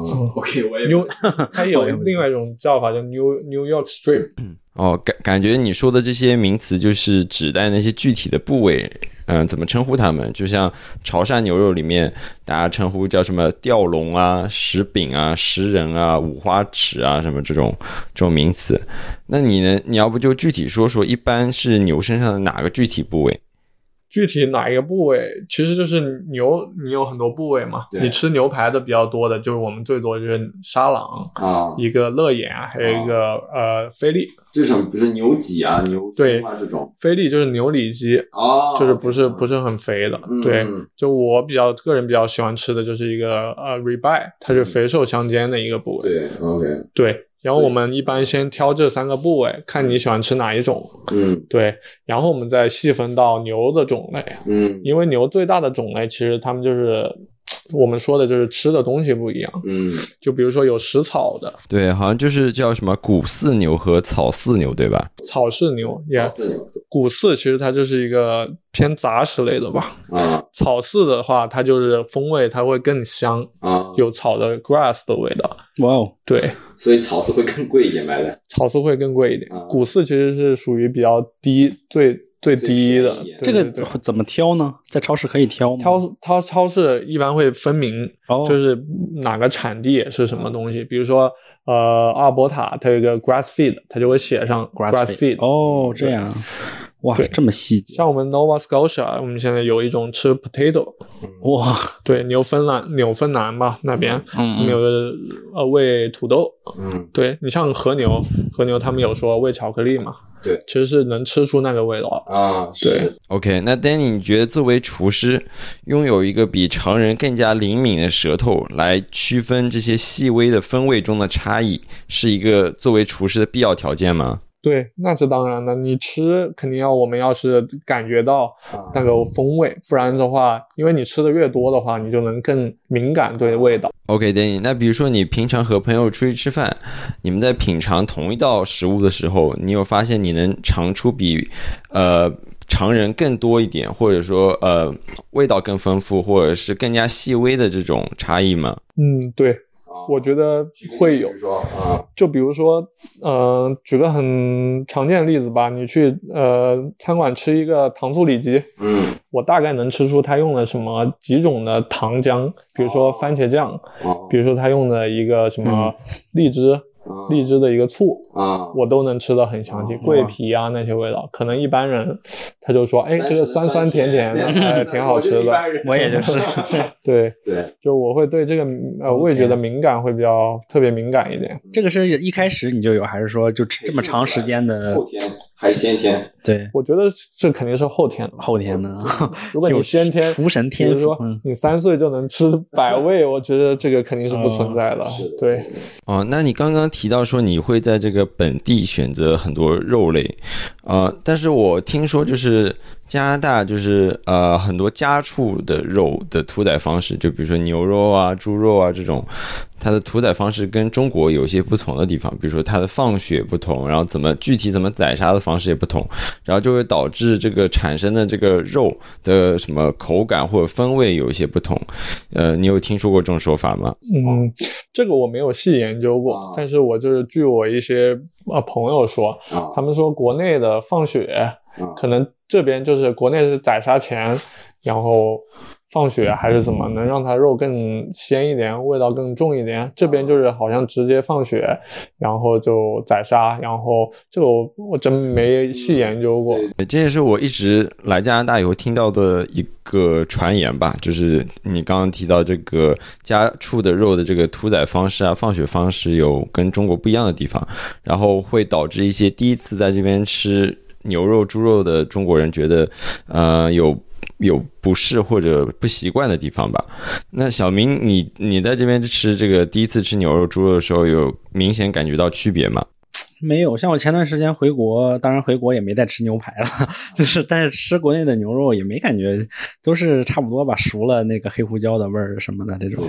哦 ，OK， 我也 New 它有另外一种叫法叫 New New York Strip。 哦，感感觉你说的这些名词就是指代那些具体的部位，嗯、呃，怎么称呼它们？就像潮汕牛肉里面，大家称呼叫什么吊龙啊、石饼啊、石人啊、五花齿啊，什么这种这种名词。那你呢？你要不就具体说说，一般是牛身上的哪个具体部位？ 具体哪一个部位，其实就是牛，你有很多部位嘛。你吃牛排的比较多的，就是我们最多就是沙朗啊， 一个肋眼，还有一个、啊、呃菲力， 就是什么？比如说牛脊啊、牛胸啊这种。 菲力就是牛里脊， 哦， 就是不是不是很肥的。 嗯、 对，就我比较个人比较喜欢吃的就是一个呃 ribeye， 它是肥瘦相间的一个部位。 对 ，OK， 对。然后我们一般先挑这三个部位，看你喜欢吃哪一种。 嗯， 对。然后我们再细分到牛的种类。 嗯， 因为牛最大的种类，其实他们就是我们说的就是吃的东西不一样。 嗯， 就比如说有食草的， 对，好像就是叫什么谷饲牛和草饲牛，对吧？ 草饲牛，也、yeah, 草饲牛。 谷饲其实它就是一个偏杂食类的吧。 啊， 草饲的话，它就是风味它会更香啊， 有草的 grass 的味道。 哇哦， 对， 所以草饲会更贵一点卖的。 草饲会更贵一点， 啊、 谷饲其实是属于比较低最。最低的， 这个怎么挑呢？在超市可以挑吗？ 挑挑超市一般会分明， 哦、 就是哪个产地是什么东西。比如说，呃，阿尔伯塔它有一个 grass feed， 它就会写上 grass feed。 哦，这样，哇，这么细节。 像我们 Nova Scotia， 我们现在有一种吃 potato， 哇， 对，纽芬兰纽芬兰吧那边， 嗯， 我们有个呃喂土豆， 嗯， 对你像和牛，和牛他们有说喂巧克力嘛。 对， 其实是能吃出那个味道啊。 对 ，OK， 那 Danny， 你觉得作为厨师，拥有一个比常人更加灵敏的舌头，来区分这些细微的风味中的差异，是一个作为厨师的必要条件吗？ 对，那是当然的。你吃肯定要我们要是感觉到那个风味，不然的话，因为你吃的越多的话，你就能更敏感对味道。 OK，Danny， 那比如说你平常和朋友出去吃饭，你们在品尝同一道食物的时候，你有发现你能尝出比呃常人更多一点，或者说呃味道更丰富，或者是更加细微的这种差异吗？ 嗯，对。我觉得会有，就比如说，呃，举个很常见的例子吧，你去呃餐馆吃一个糖醋里脊， 嗯， 我大概能吃出他用了什么几种的糖浆，比如说番茄酱， 哦、 比如说他用的一个什么荔枝。嗯荔枝的一个醋啊， 我都能吃得很详细，桂皮啊那些味道，可能一般人他就说，哎，这个酸酸甜甜的，哎，挺好吃的。 我也就是， 对对， 就我会对这个呃味觉的敏感会比较特别敏感一点。 这个是一开始你就有，还是说就这么长时间的？ 后天还是先天？ 对， 我觉得这肯定是后天的。 后天的， 如果你先天厨神天赋， 比如说你三岁就能吃百味，我觉得这个肯定是不存在的。对。 哦，那你刚刚提到说你会在这个本地选择很多肉类，呃，但是我听说就是加拿大就是呃很多家畜的肉的屠宰方式，就比如说牛肉啊、猪肉啊这种，它的屠宰方式跟中国有些不同的地方，比如说它的放血不同，然后怎么具体怎么宰杀的方式也不同，然后就会导致这个产生的这个肉的什么口感或者风味有一些不同。呃，你有听说过这种说法吗？ 嗯，这个我没有细研究过，啊、但是我就是据我一些呃朋友说，啊、他们说国内的放血，啊、可能这边就是国内是宰杀前，然后放血还是怎么能让它肉更鲜一点，味道更重一点。这边就是好像直接放血，然后就宰杀，然后这个我我真没细研究过。 这也是我一直来加拿大以后听到的一个传言吧，就是你刚刚提到这个家畜的肉的这个屠宰方式啊、放血方式有跟中国不一样的地方，然后会导致一些第一次在这边吃牛肉、猪肉的中国人觉得，呃，有有不适或者不习惯的地方吧。那小明，你你在这边吃这个第一次吃牛肉、猪肉的时候，有明显感觉到区别吗？ 没有，像我前段时间回国，当然回国也没再吃牛排了，就是但是吃国内的牛肉也没感觉，都是差不多吧，熟了那个黑胡椒的味儿什么的这种。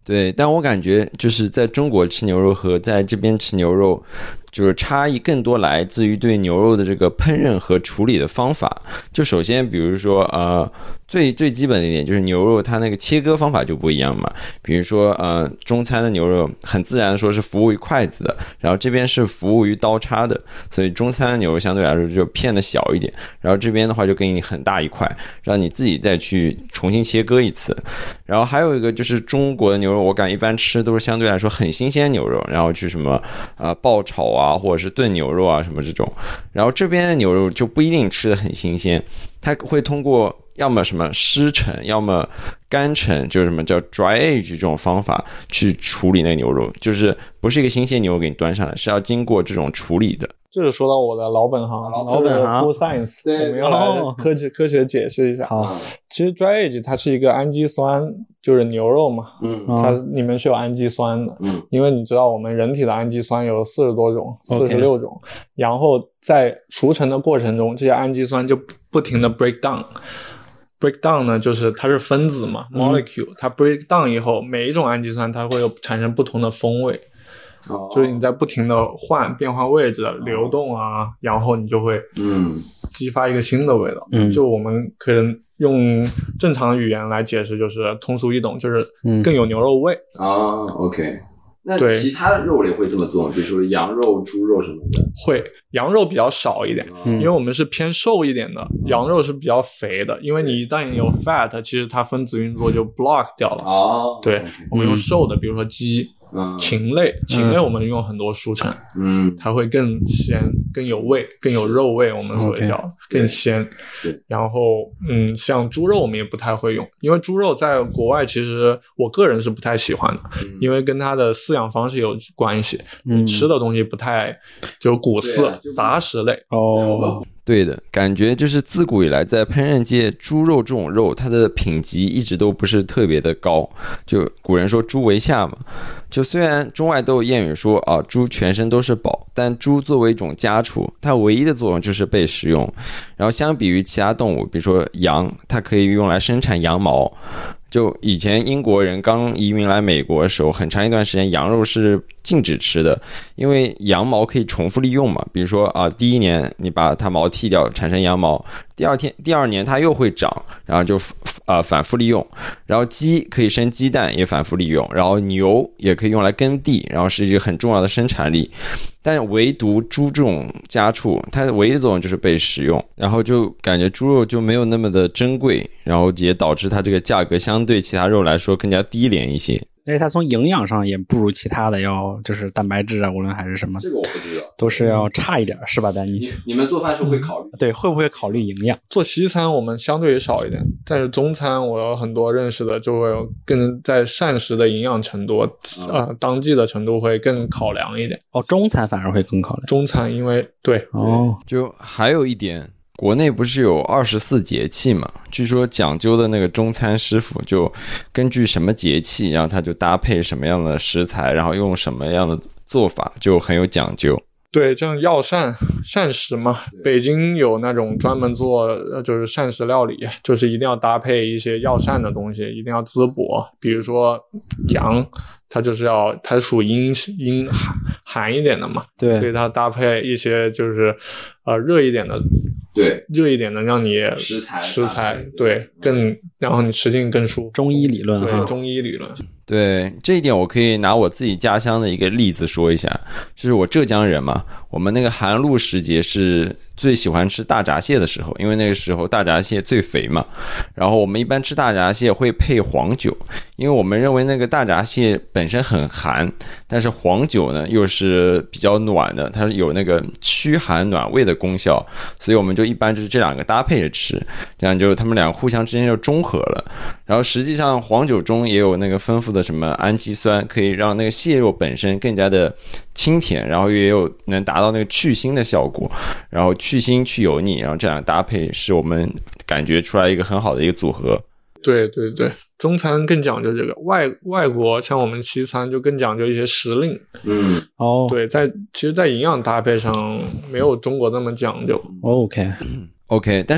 对，但我感觉就是在中国吃牛肉和在这边吃牛肉，就是差异更多来自于对牛肉的这个烹饪和处理的方法。就首先，比如说呃，最最基本的一点就是牛肉它那个切割方法就不一样嘛。比如说呃，中餐的牛肉很自然说是服务于筷子的，然后这边是服务于刀叉的，所以中餐的牛肉相对来说就片的小一点，然后这边的话就给你很大一块，让你自己再去重新切割一次。然后还有一个就是中国的牛肉，我感觉一般吃都是相对来说很新鲜牛肉，然后去什么呃爆炒啊，或者是炖牛肉啊什么这种。然后这边的牛肉就不一定吃的很新鲜，它会通过要么什么湿陈，要么干陈，就是什么叫 dry age 这种方法去处理那个牛肉，就是不是一个新鲜牛肉给你端上来，是要经过这种处理的。 这是说到我的老本行， 老本行 food science， 对， 我们要来科学、哦、科学解释一下。 好， 其实 dry age 它是一个氨基酸，就是牛肉嘛， 嗯， 它里面是有氨基酸的， 嗯， 因为你知道我们人体的氨基酸有四十多种，四十六种， okay. 然后在熟成的过程中，这些氨基酸就不停的 break down。break down 呢，就是它是分子嘛、嗯、molecule， 它 break down 以后，每一种氨基酸它会有产生不同的风味。哦、就是你在不停的换变换位置的流动啊、哦、然后你就会嗯激发一个新的味道。嗯，就我们可能用正常语言来解释，就是通俗易懂，就是更有牛肉味啊、嗯哦、OK。那其他的肉类会这么做吗？比如说羊肉、猪肉什么的？ 会，羊肉比较少一点、嗯、因为我们是偏瘦一点的、嗯、羊肉是比较肥的，因为你一旦有 fat 其实它分子运作就 block 掉了。哦，对、okay. 我们用瘦的、嗯、比如说鸡、嗯、禽类禽类我们用很多熟成，嗯，它会更鲜更有味更有肉味，我们所谓叫、okay. 更鲜。对，然后嗯，像猪肉我们也不太会用，因为猪肉在国外其实我个人是不太喜欢的、嗯、因为跟它的饲养方式有关系，嗯，吃的东西不太就是谷饲、啊、杂食类。 哦， 对的，感觉就是自古以来在烹饪界，猪肉这种肉它的品级一直都不是特别的高，就古人说猪为下嘛。就虽然中外都有谚语说啊，猪全身都是宝，但猪作为一种家畜，它唯一的作用就是被食用。然后相比于其他动物，比如说羊，它可以用来生产羊毛。就以前英国人刚移民来美国的时候，很长一段时间羊肉是禁止吃的，因为羊毛可以重复利用嘛。比如说啊，第一年你把它毛剃掉产生羊毛，第二天第二年它又会长，然后就呃反复利用。然后鸡可以生鸡蛋也反复利用，然后牛也可以用来耕地，然后是一个很重要的生产力。但唯独猪这种家畜，它的唯一的作用就是被食用，然后就感觉猪肉就没有那么的珍贵，然后也导致它这个价格相对其他肉来说更加低廉一些。 而且它从营养上也不如其他的要，就是蛋白质啊，无论还是什么， 这个我不知道， 都是要差一点，是吧，丹尼？ 你你们做饭时候会考虑？ 对，会不会考虑营养？ 做西餐我们相对于少一点，但是中餐我有很多认识的就会更在膳食的营养程度、嗯、呃当季的程度会更考量一点。 哦，中餐反而会更考量。 中餐因为对哦， 就还有一点。国内不是有二十四节气嘛？据说讲究的那个中餐师傅就根据什么节气，然后他就搭配什么样的食材，然后用什么样的做法，就很有讲究。 对，这样药膳膳食嘛，北京有那种专门做就是膳食料理，就是一定要搭配一些药膳的东西，一定要滋补。比如说羊，它就是要它属阴阴寒寒一点的嘛， 对， 所以它搭配一些就是呃热一点的。 对， 热一点的让你食材食材对更，然后你吃进更舒服。 中医理论， 对，中医理论。 对，这一点我可以拿我自己家乡的一个例子说一下，就是我浙江人嘛，我们那个寒露时节是最喜欢吃大闸蟹的时候，因为那个时候大闸蟹最肥嘛。然后我们一般吃大闸蟹会配黄酒，因为我们认为那个大闸蟹本身很寒，但是黄酒呢又是比较暖的，它有那个驱寒暖胃的功效，所以我们就一般就是这两个搭配着吃，这样就他们两个互相之间就中和了。然后实际上黄酒中也有那个丰富的什么氨基酸，可以让那个蟹肉本身更加的清甜，然后也有能达到那个去腥的效果，然后去腥去油腻，然后这样搭配是我们感觉出来一个很好的一个组合。 对对对，中餐更讲究这个，外外国像我们西餐就更讲究一些时令。 嗯，哦， 对，在其实在营养搭配上没有中国那么讲究。 OK OK， 但是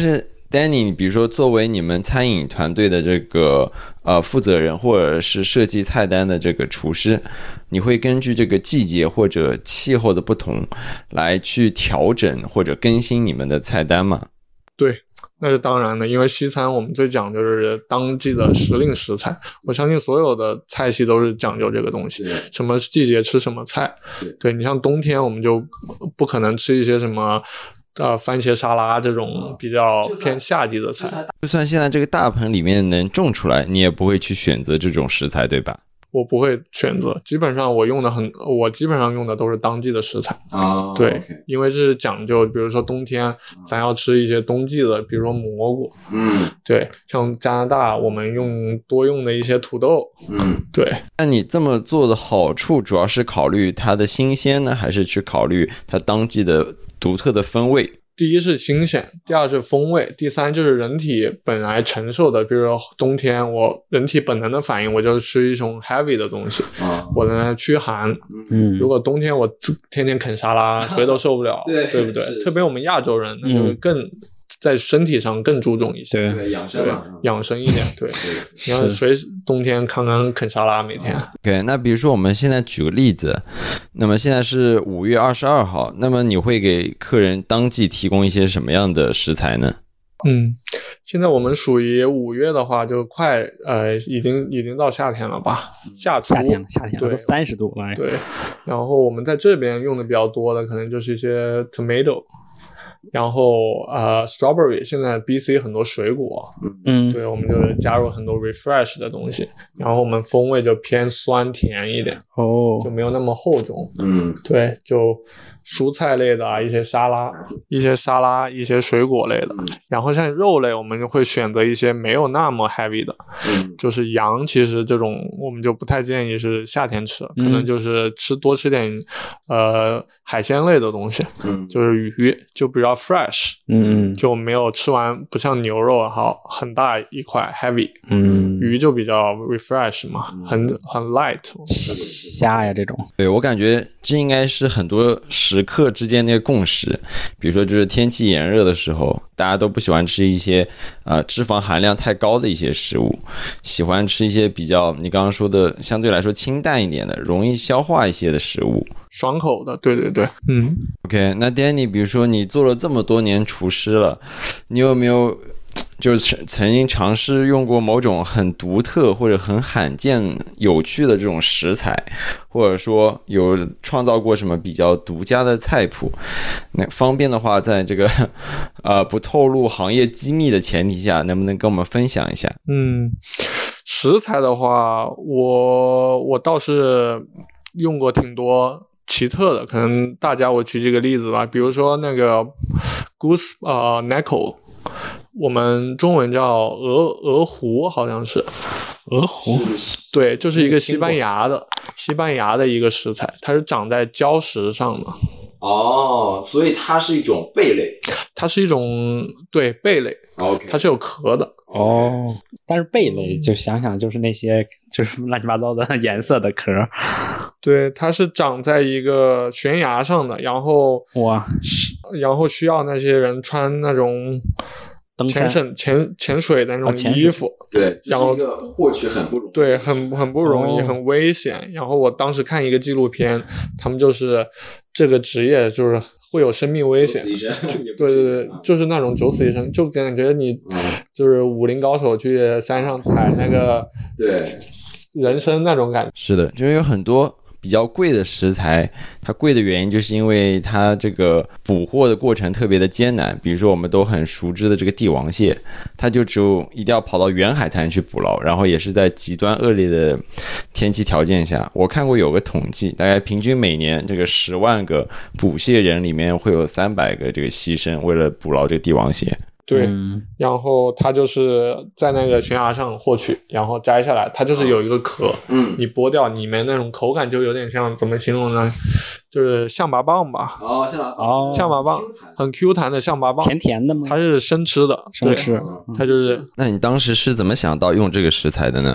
Danny， 你比如说作为你们餐饮团队的这个呃负责人，或者是设计菜单的这个厨师，你会根据这个季节或者气候的不同来去调整或者更新你们的菜单吗？ 对，那是当然的，因为西餐我们最讲究是当季的时令食材，我相信所有的菜系都是讲究这个东西，什么季节吃什么菜。对，你像冬天我们就不可能吃一些什么呃番茄沙拉这种比较偏夏季的菜。 就算现在这个大盆里面能种出来，你也不会去选择这种食材，对吧？ 我不会选择，基本上我用的很，我基本上用的都是当季的食材。 哦， 对， okay. 因为这是讲究，比如说冬天咱要吃一些冬季的，比如说蘑菇。 嗯， 对，像加拿大我们用多用的一些土豆。 嗯， 对。 那你这么做的好处主要是考虑它的新鲜呢，还是去考虑它当季的独特的风味？ 第一是新鲜，第二是风味，第三就是人体本来承受的，比如说冬天我人体本能的反应，我就吃一种 heavy 的东西，啊、我能驱寒。 嗯， 如果冬天我天天啃沙拉，谁都受不了，对, 对不对？特别我们亚洲人，那就更、嗯、在身体上更注重一些， 对，养生嘛， 养生一点，对。你看谁冬天康康啃沙拉每天 ？OK， 那比如说我们现在举个例子，那么现在是五月二十二号，那么你会给客人当季提供一些什么样的食材呢？ 嗯，现在我们属于五月的话，就快呃，已经已经到夏天了吧？夏初夏天了，夏天了，都三十度了。 对，然后我们在这边用的比较多的，可能就是一些 tomato。然后呃 strawberry 现在 B C 很多水果， 嗯， 对，我们就加入很多 refresh 的东西，然后我们风味就偏酸甜一点， 哦， 就没有那么厚重， 嗯， 对，就蔬菜类的啊，一些沙拉，一些沙拉，一些水果类的，然后像肉类，我们就会选择一些没有那么 heavy 的， 嗯， 就是羊，其实这种我们就不太建议是夏天吃，可能就是吃多吃点呃海鲜类的东西， 嗯， 就是鱼，就比较 fresh， 嗯， 就没有吃完不像牛肉好很大一块 heavy， 嗯， 鱼就比较 refresh 嘛，很很 light， 虾呀这种， 对，我感觉这应该是很多食客之间的一个共识，比如说就是天气炎热的时候，大家都不喜欢吃一些呃脂肪含量太高的一些食物，喜欢吃一些比较你刚刚说的相对来说清淡一点的，容易消化一些的食物， 爽口的，对对对，嗯 ，OK， 那 Danny， 比如说你做了这么多年厨师了，你有没有就是曾经尝试用过某种很独特或者很罕见有趣的这种食材，或者说有创造过什么比较独家的菜谱？那方便的话，在这个呃不透露行业机密的前提下，能不能跟我们分享一下？ 嗯，食材的话，我我倒是用过挺多奇特的，可能大家我举几个例子吧，比如说那个 goose 呃 knuckle。我们中文叫鹅鹅湖，好像是鹅湖， 对，就是一个西班牙的西班牙的一个食材，它是长在礁石上的。 哦，所以它是一种贝类， 它是一种对贝类， okay. 它是有壳的。 哦，但是贝类就想想就是那些就是乱七八糟的颜色的壳。 对，它是长在一个悬崖上的，然后哇， 然后需要那些人穿那种潜水潜潜水的那种衣服， 哦、对， 然后获取很不容易， 对，很很不容易， 哦、 很危险。然后我当时看一个纪录片，他们就是这个职业就是会有生命危险，对对对，就是那种九死一生，就感觉你就是武林高手去山上采那个对人参那种感觉。 是的，就是有很多比较贵的食材，它贵的原因就是因为它这个捕获的过程特别的艰难。比如说我们都很熟知的这个帝王蟹，它就只有一定要跑到远海才能去捕捞，然后也是在极端恶劣的天气条件下。我看过有个统计，大概平均每年这个十万个捕蟹人里面会有三百个这个牺牲，为了捕捞这个帝王蟹。 对、嗯，然后它就是在那个悬崖上获取，然后摘下来，它就是有一个壳， 嗯， 你剥掉里面那种口感就有点像怎么形容呢？就是象拔蚌吧。 哦，象拔哦， 象拔蚌很 Q 弹的象拔蚌， 甜甜的吗？ 它是生吃的， 生吃， 它就是。 那你当时是怎么想到用这个食材的呢？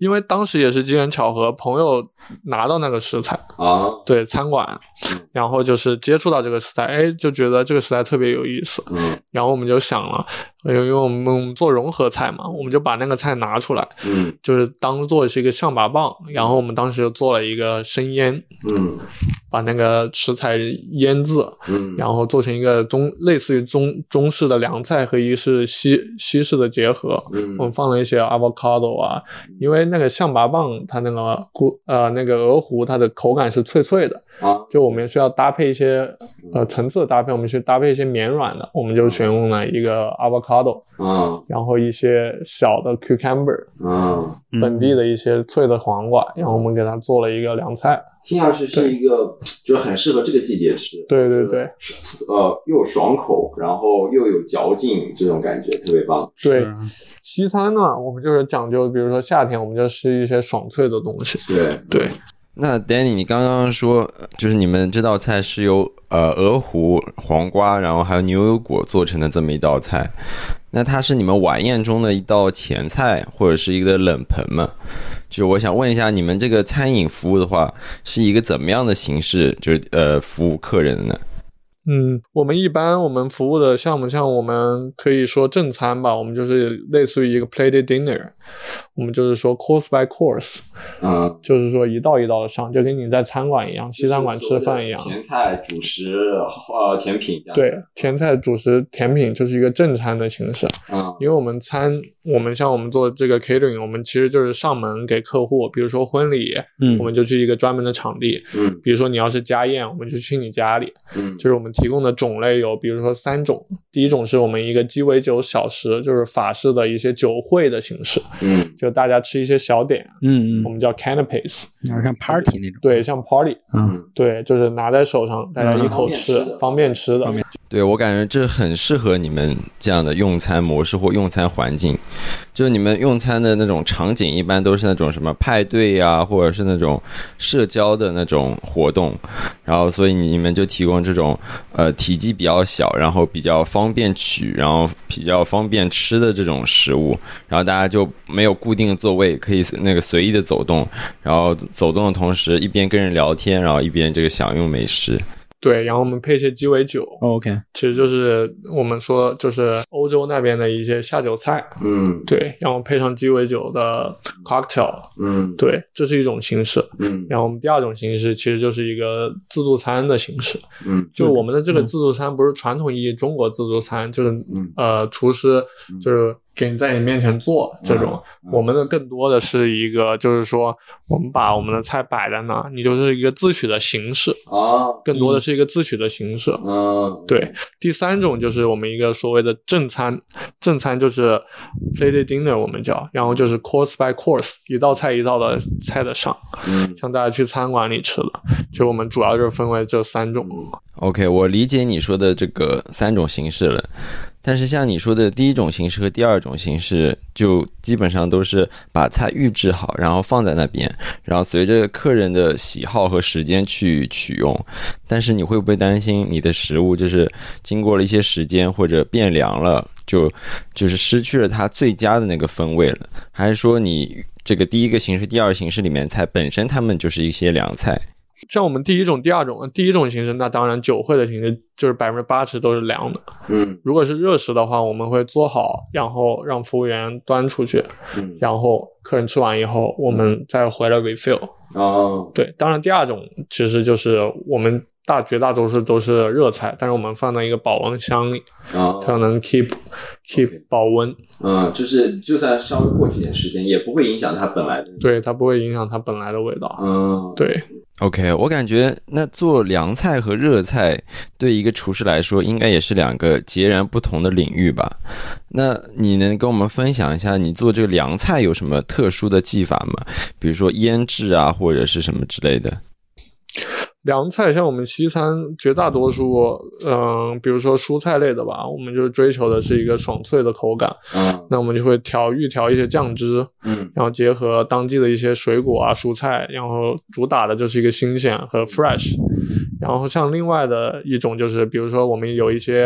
因为当时也是机缘巧合，朋友拿到那个食材啊， 对，餐馆，然后就是接触到这个食材，哎，就觉得这个食材特别有意思， 嗯， 然后我们就想了，因为我们做融合菜嘛，我们就把那个菜拿出来， 嗯， 就是当做是一个象拔蚌，然后我们当时就做了一个生腌， 嗯， 把那个食材腌制， 嗯， 然后做成一个中类似于中中式的凉菜和一式西西式的结合， 嗯， 我们放了一些 avocado 啊，因为那个象拔蚌它那个菇呃那个鹅糊它的口感是脆脆的啊， 就我们需要搭配一些呃层次的搭配，我们去搭配一些绵软的，我们就选用了一个 avocado 啊，然后一些小的 cucumber 啊， 本地的一些脆的黄瓜，然后我们给它做了一个凉菜。 听上去是一个就很适合这个季节吃， 对对对， 呃，又爽口，然后又有嚼劲，这种感觉特别棒。 对，西餐呢，我们就是讲究，比如说夏天，我们就吃一些爽脆的东西。 对对。 那 Danny， 你刚刚说就是你们这道菜是由呃鹅糊、黄瓜，然后还有牛油果做成的这么一道菜，那它是你们晚宴中的一道前菜，或者是一个冷盆吗？就我想问一下，你们这个餐饮服务的话，是一个怎么样的形式，就是呃服务客人的呢？ 嗯，我们一般我们服务的项目，像我们可以说正餐吧，我们就是类似于一个 plated dinner， 我们就是说 course by course， 嗯， 就是说一道一道的上，就跟你在餐馆一样，西餐馆吃饭一样， 前菜、主食、呃甜品这样。 对，前菜、主食、甜品就是一个正餐的形式。 嗯， 因为我们餐，我们像我们做这个 catering， 我们其实就是上门给客户，比如说婚礼， 嗯， 我们就去一个专门的场地， 嗯， 比如说你要是家宴，我们就去你家里， 嗯， 就是我们提供的种类有，比如说三种，第一种是我们一个鸡尾酒小食，就是法式的一些酒会的形式， 嗯， 就大家吃一些小点， 嗯嗯， 我们叫 canapes， 有点像 party 那种， 对，像 party， 嗯， 对，就是拿在手上，大家一口吃，嗯、方便吃的。 对，我感觉这很适合你们这样的用餐模式或用餐环境，就是你们用餐的那种场景一般都是那种什么派对啊，或者是那种社交的那种活动，然后所以你们就提供这种呃体积比较小，然后比较方便取，然后比较方便吃的这种食物，然后大家就没有固定的座位，可以那个随意的走动，然后走动的同时一边跟人聊天，然后一边这个享用美食。 对，然后我们配一些鸡尾酒 ，OK， 其实就是我们说就是欧洲那边的一些下酒菜， 嗯， 对，然后配上鸡尾酒的 cocktail， 嗯， 对，这是一种形式， 嗯， 然后我们第二种形式其实就是一个自助餐的形式， 嗯， 就是我们的这个自助餐不是传统意义中国自助餐，就是、 嗯、 呃厨师就是给你在你面前做这种、嗯嗯、我们的更多的是一个就是说我们把我们的菜摆在那，你就是一个自取的形式啊， 更多的是一个自取的形式， 嗯， 对。第三种就是我们一个所谓的正餐，正餐就是 plated dinner 我们叫，然后就是 course by course， 一道菜一道的菜的上， 嗯， 像大家去餐馆里吃的，就我们主要就是分为这三种。 OK， 我理解你说的这个三种形式了。但是像你说的第一种形式和第二种形式，就基本上都是把菜预制好，然后放在那边，然后随着客人的喜好和时间去取用。但是你会不会担心你的食物就是经过了一些时间或者变凉了，就就是失去了它最佳的那个风味了？还是说你这个第一个形式、第二个形式里面菜本身它们就是一些凉菜？ 像我们第一种、第二种，第一种形式，那当然酒会的形式就是百分之八十都是凉的。 嗯， 如果是热食的话，我们会做好，然后让服务员端出去， 嗯， 然后客人吃完以后，我们再回来 refill。 哦， 对，当然第二种其实就是我们大绝大多数都是热菜，但是我们放在一个保温箱里， 哦， 它能 keep keep 保温。 嗯，就是就算稍微过去点时间，也不会影响它本来的。 对，它不会影响它本来的味道。 嗯， 对。 OK， 我感觉那做凉菜和热菜对一个厨师来说应该也是两个截然不同的领域吧。那你能跟我们分享一下你做这个凉菜有什么特殊的技法吗？比如说腌制啊，或者是什么之类的。 凉菜像我们西餐绝大多数嗯，比如说蔬菜类的吧，我们就追求的是一个爽脆的口感， 嗯， 那我们就会调预调一些酱汁， 嗯， 然后结合当季的一些水果啊蔬菜，然后主打的就是一个新鲜和 fresh。然后像另外的一种就是比如说我们有一些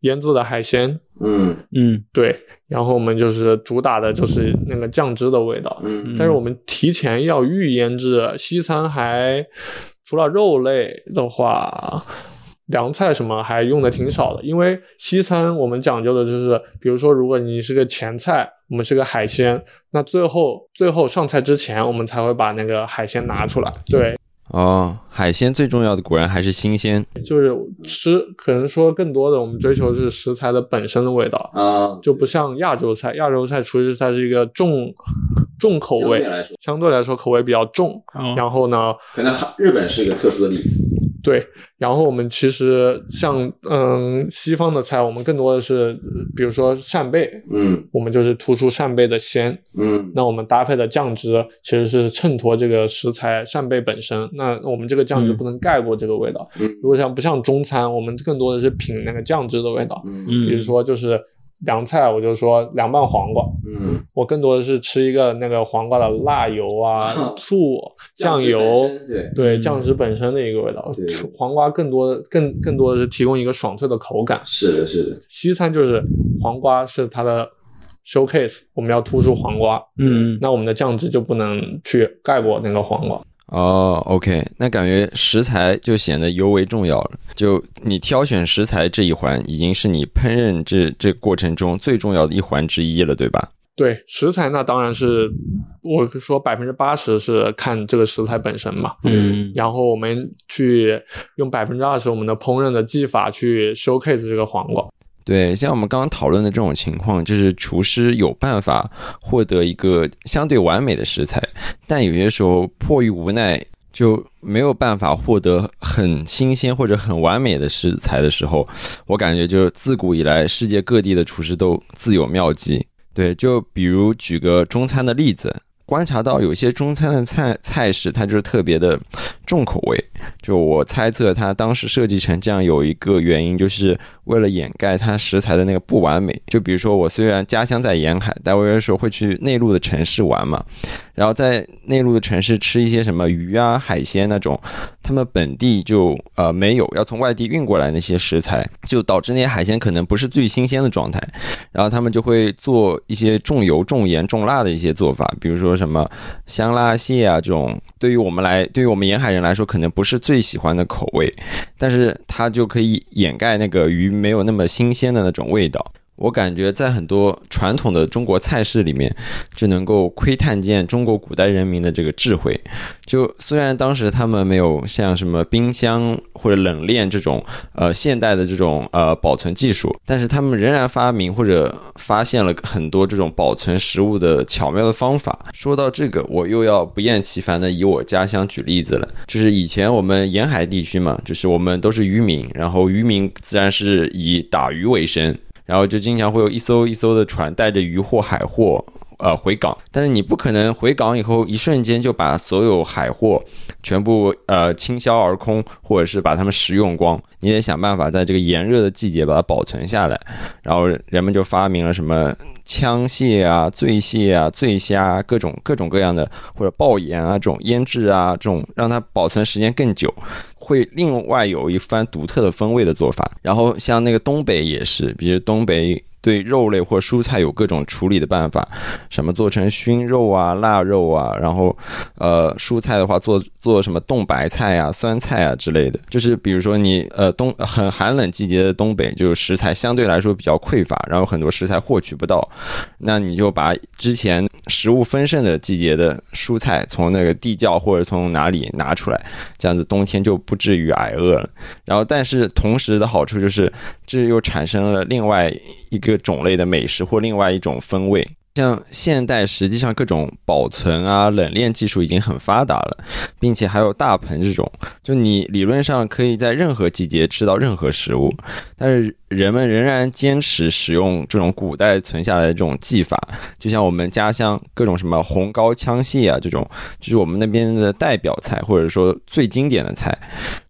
腌制的海鲜， 嗯嗯对，然后我们就是主打的就是那个酱汁的味道， 嗯但是我们提前要预腌制，西餐还除了肉类的话，凉菜什么还用的挺少的，因为西餐我们讲究的就是，比如说如果你是个前菜，我们是个海鲜，那最后最后上菜之前，我们才会把那个海鲜拿出来。对， 哦，海鲜最重要的果然还是新鲜就是吃，可能说更多的我们追求是食材的本身的味道啊， 就不像亚洲菜，亚洲菜厨师菜是一个重重口味，相对来说，相对来说口味比较重。 哦、 然后呢， 可能日本是一个特殊的例子。 对，然后我们其实像嗯西方的菜，我们更多的是比如说扇贝， 嗯， 我们就是突出扇贝的鲜， 嗯， 那我们搭配的酱汁其实是衬托这个食材扇贝本身，那我们这个酱汁不能盖过这个味道。 嗯， 如果像不像中餐，我们更多的是品那个酱汁的味道， 嗯， 比如说就是凉菜，我就说凉拌黄瓜， 嗯， 我更多的是吃一个那个黄瓜的辣油啊、哦、醋、酱油， 对对，酱汁本身的一个味道。黄瓜更多的更更多的是提供一个爽脆的口感。 是的，是的。 西餐就是黄瓜是它的 showcase， 我们要突出黄瓜， 嗯， 那我们的酱汁就不能去盖过那个黄瓜。 哦 ，OK， 那感觉食材就显得尤为重要了。就你挑选食材这一环，已经是你烹饪这这过程中最重要的一环之一了，对吧？ 对，食材那当然是我说百分之八十是看这个食材本身嘛， 嗯， 然后我们去用百分之二十我们的烹饪的技法去 showcase 这个黄瓜。 对，像我们刚刚讨论的这种情况，就是厨师有办法获得一个相对完美的食材，但有些时候迫于无奈就没有办法获得很新鲜或者很完美的食材的时候，我感觉就自古以来世界各地的厨师都自有妙计。对，就比如举个中餐的例子，观察到有些中餐的菜菜式它就是特别的重口味，就我猜测它当时设计成这样有一个原因，就是为了掩盖它食材的那个不完美。就比如说我虽然家乡在沿海，但我有的时候会去内陆的城市玩嘛，然后在内陆的城市吃一些什么鱼啊海鲜那种他们本地就呃没有，要从外地运过来那些食材，就导致那些海鲜可能不是最新鲜的状态，然后他们就会做一些重油重盐重辣的一些做法，比如说什么香辣蟹啊，这种对于我们来对于我们沿海人来说可能不是最喜欢的口味，但是它就可以掩盖那个鱼没有那么新鲜的那种味道。我感觉在很多传统的中国菜式里面就能够窥探见中国古代人民的这个智慧。就虽然当时他们没有像什么冰箱或者冷链这种呃现代的这种呃保存技术，但是他们仍然发明或者发现了很多这种保存食物的巧妙的方法。说到这个，我又要不厌其烦的以我家乡举例子了，就是以前我们沿海地区嘛，就是我们都是渔民，然后渔民自然是以打鱼为生，然后就经常会有一艘一艘的船带着渔货海货呃回港，但是你不可能回港以后一瞬间就把所有海货全部呃倾销而空，或者是把它们食用光，你得想办法在这个炎热的季节把它保存下来。然后人们就发明了什么枪蟹啊、醉蟹啊、醉虾啊，各种各种各样的，或者爆盐啊这种腌制啊，这种让它保存时间更久，会另外有一番独特的风味的做法。然后像那个东北也是，比如东北对肉类或蔬菜有各种处理的办法，什么做成熏肉啊、腊肉啊，然后呃蔬菜的话做做什么冻白菜啊、酸菜啊之类的。就是比如说你呃冬很寒冷季节的东北，就食材相对来说比较匮乏，然后很多食材获取不到，那你就把之前食物丰盛的季节的蔬菜从那个地窖或者从哪里拿出来，这样子冬天就不至于挨饿了。然后但是同时的好处就是这又产生了另外一个种类的美食或另外一种风味。像现代实际上各种保存啊冷链技术已经很发达了，并且还有大棚这种，就你理论上可以在任何季节吃到任何食物，但是人们仍然坚持使用这种古代存下来的这种技法。就像我们家乡各种什么红膏枪蟹啊，这种就是我们那边的代表菜或者说最经典的菜，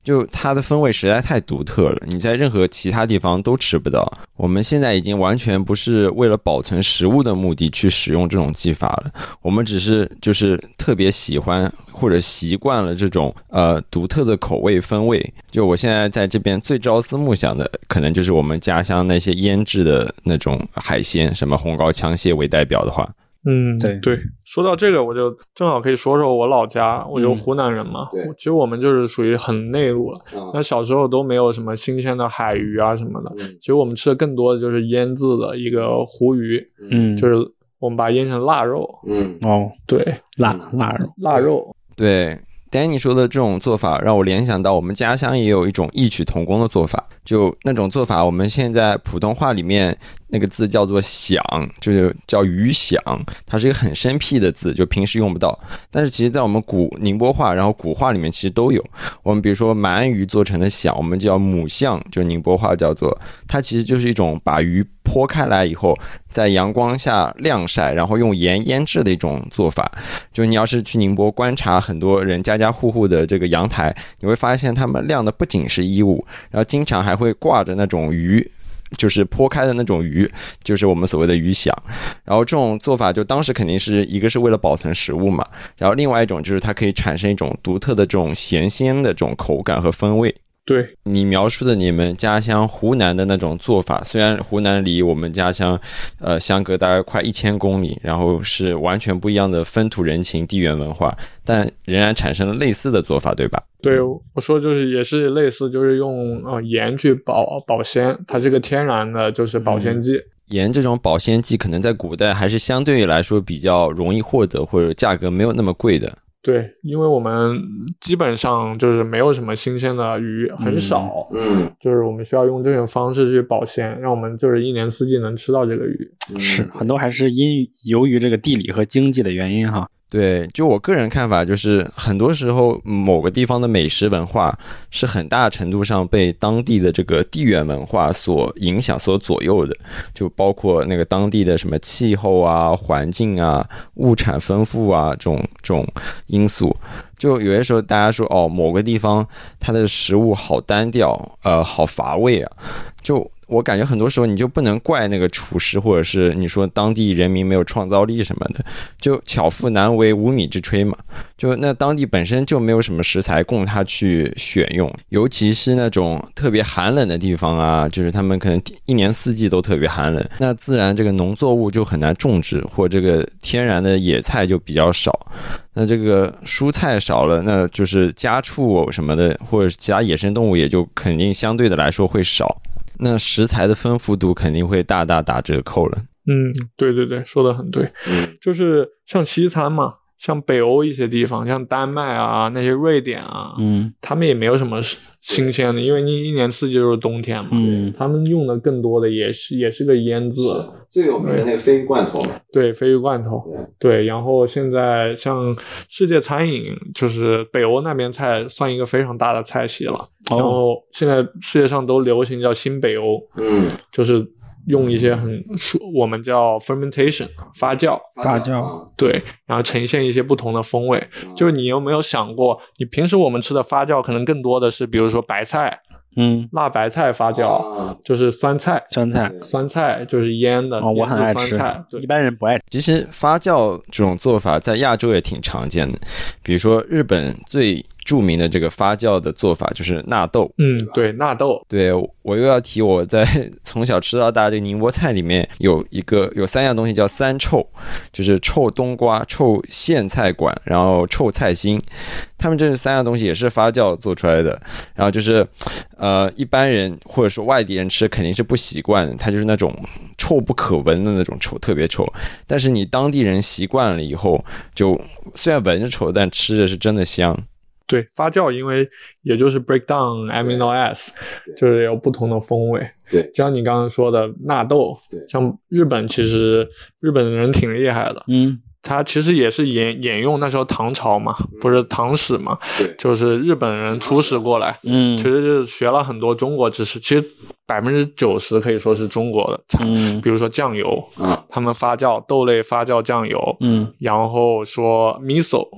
就它的风味实在太独特了，你在任何其他地方都吃不到。我们现在已经完全不是为了保存食物的目的去使用这种技法了，我们只是就是特别喜欢或者习惯了这种呃独特的口味风味。就我现在在这边最朝思暮想的，可能就是我们家乡那些腌制的那种海鲜，什么红膏枪蟹为代表的话。 嗯， 对对，说到这个，我就正好可以说说我老家，我就湖南人嘛， 嗯、 其实我们就是属于很内陆了，那、嗯、小时候都没有什么新鲜的海鱼啊什么的，嗯、其实我们吃的更多的就是腌制的一个湖鱼， 嗯， 就是我们把它腌成腊肉， 嗯， 哦，对， 腊腊肉， 腊肉， 对。Danny 说的这种做法让我联想到我们家乡也有一种异曲同工的做法，就那种做法我们现在普通话里面那个字叫做响，就是叫鱼响，它是一个很生僻的字，就平时用不到，但是其实在我们古宁波话然后古话里面其实都有。我们比如说鳗鱼做成的响我们叫母象，就宁波话叫做，它其实就是一种把鱼剖开来以后在阳光下晾晒然后用盐腌制的一种做法。就你要是去宁波观察很多人家家户户的这个阳台，你会发现他们晾的不仅是衣物，然后经常还会挂着那种鱼，就是剖开的那种鱼，就是我们所谓的鱼响。然后这种做法就当时肯定是一个是为了保存食物嘛，然后另外一种就是它可以产生一种独特的这种咸鲜的这种口感和风味。 对， 你描述的你们家乡湖南的那种做法，虽然湖南离我们家乡呃相隔大概快一千公里，然后是完全不一样的风土人情地缘文化，但仍然产生了类似的做法，对吧？ 对，我说就是也是类似，就是用呃盐去保保鲜，它是个天然的就是保鲜剂。嗯， 盐这种保鲜剂可能在古代还是相对来说比较容易获得，或者价格没有那么贵的。 对，因为我们基本上就是没有什么新鲜的鱼，很少， 嗯， 就是我们需要用这种方式去保鲜，让我们就是一年四季能吃到这个鱼。 是，很多还是因由于这个地理和经济的原因哈。 对，就我个人看法，就是很多时候某个地方的美食文化是很大程度上被当地的这个地缘文化所影响、所左右的，就包括那个当地的什么气候啊、环境啊、物产丰富啊这种这种因素。就有些时候大家说哦，某个地方它的食物好单调，呃，好乏味啊，就。我感觉很多时候你就不能怪那个厨师，或者是你说当地人民没有创造力什么的，就巧妇难为无米之炊嘛。就那当地本身就没有什么食材供他去选用，尤其是那种特别寒冷的地方啊，就是他们可能一年四季都特别寒冷，那自然这个农作物就很难种植，或这个天然的野菜就比较少。那这个蔬菜少了，那就是家畜什么的，或者其他野生动物也就肯定相对的来说会少。那食材的丰富度肯定会大大打折扣了。 嗯，对对对，说得很对。嗯，就是像西餐嘛，像北欧一些地方，像丹麦啊，那些瑞典啊， 嗯， 他们也没有什么新鲜的，因为你一年四季都是冬天嘛。 嗯， 他们用的更多的也是也是个腌制。 最有名的那个鲱鱼罐头。 对，鲱鱼罐头。对，然后现在像世界餐饮，就是北欧那边菜算一个非常大的菜系了。 哦， 然后现在世界上都流行叫新北欧。 嗯， 就是用一些很我们叫 fermentation 发酵发酵， 对，然后呈现一些不同的风味。就是你有没有想过，你平时我们吃的发酵可能更多的是比如说白菜， 嗯， 辣白菜发酵，就是酸菜， 酸菜， 酸菜就是腌的， 哦，我很爱吃，一般人不爱吃。 其实发酵这种做法在亚洲也挺常见的，比如说日本最著名的这个发酵的做法就是纳豆。 嗯，对，纳豆。 对，我又要提我在从小吃到大这个宁波菜里面有一个有三样东西叫三臭，就是臭冬瓜、臭苋菜管，然后臭菜心。他们这三样东西也是发酵做出来的，然后就是呃一般人或者说外地人吃肯定是不习惯的，它就是那种臭不可闻的那种臭，特别臭。但是你当地人习惯了以后，就虽然闻着臭，但吃着是真的香。 对，发酵因为也就是 break down amino acid， 就是有不同的风味。 对， 就像你刚刚说的纳豆，像日本其实日本人挺厉害的。 嗯， 他其实也是沿沿用那时候唐朝嘛，不是唐史嘛，就是日本人出使过来， 嗯， 其实就是学了很多中国知识。其实百分之九十可以说是中国的产， 嗯， 比如说酱油，嗯，他们发酵豆类发酵酱油， 嗯， 然后说 miso。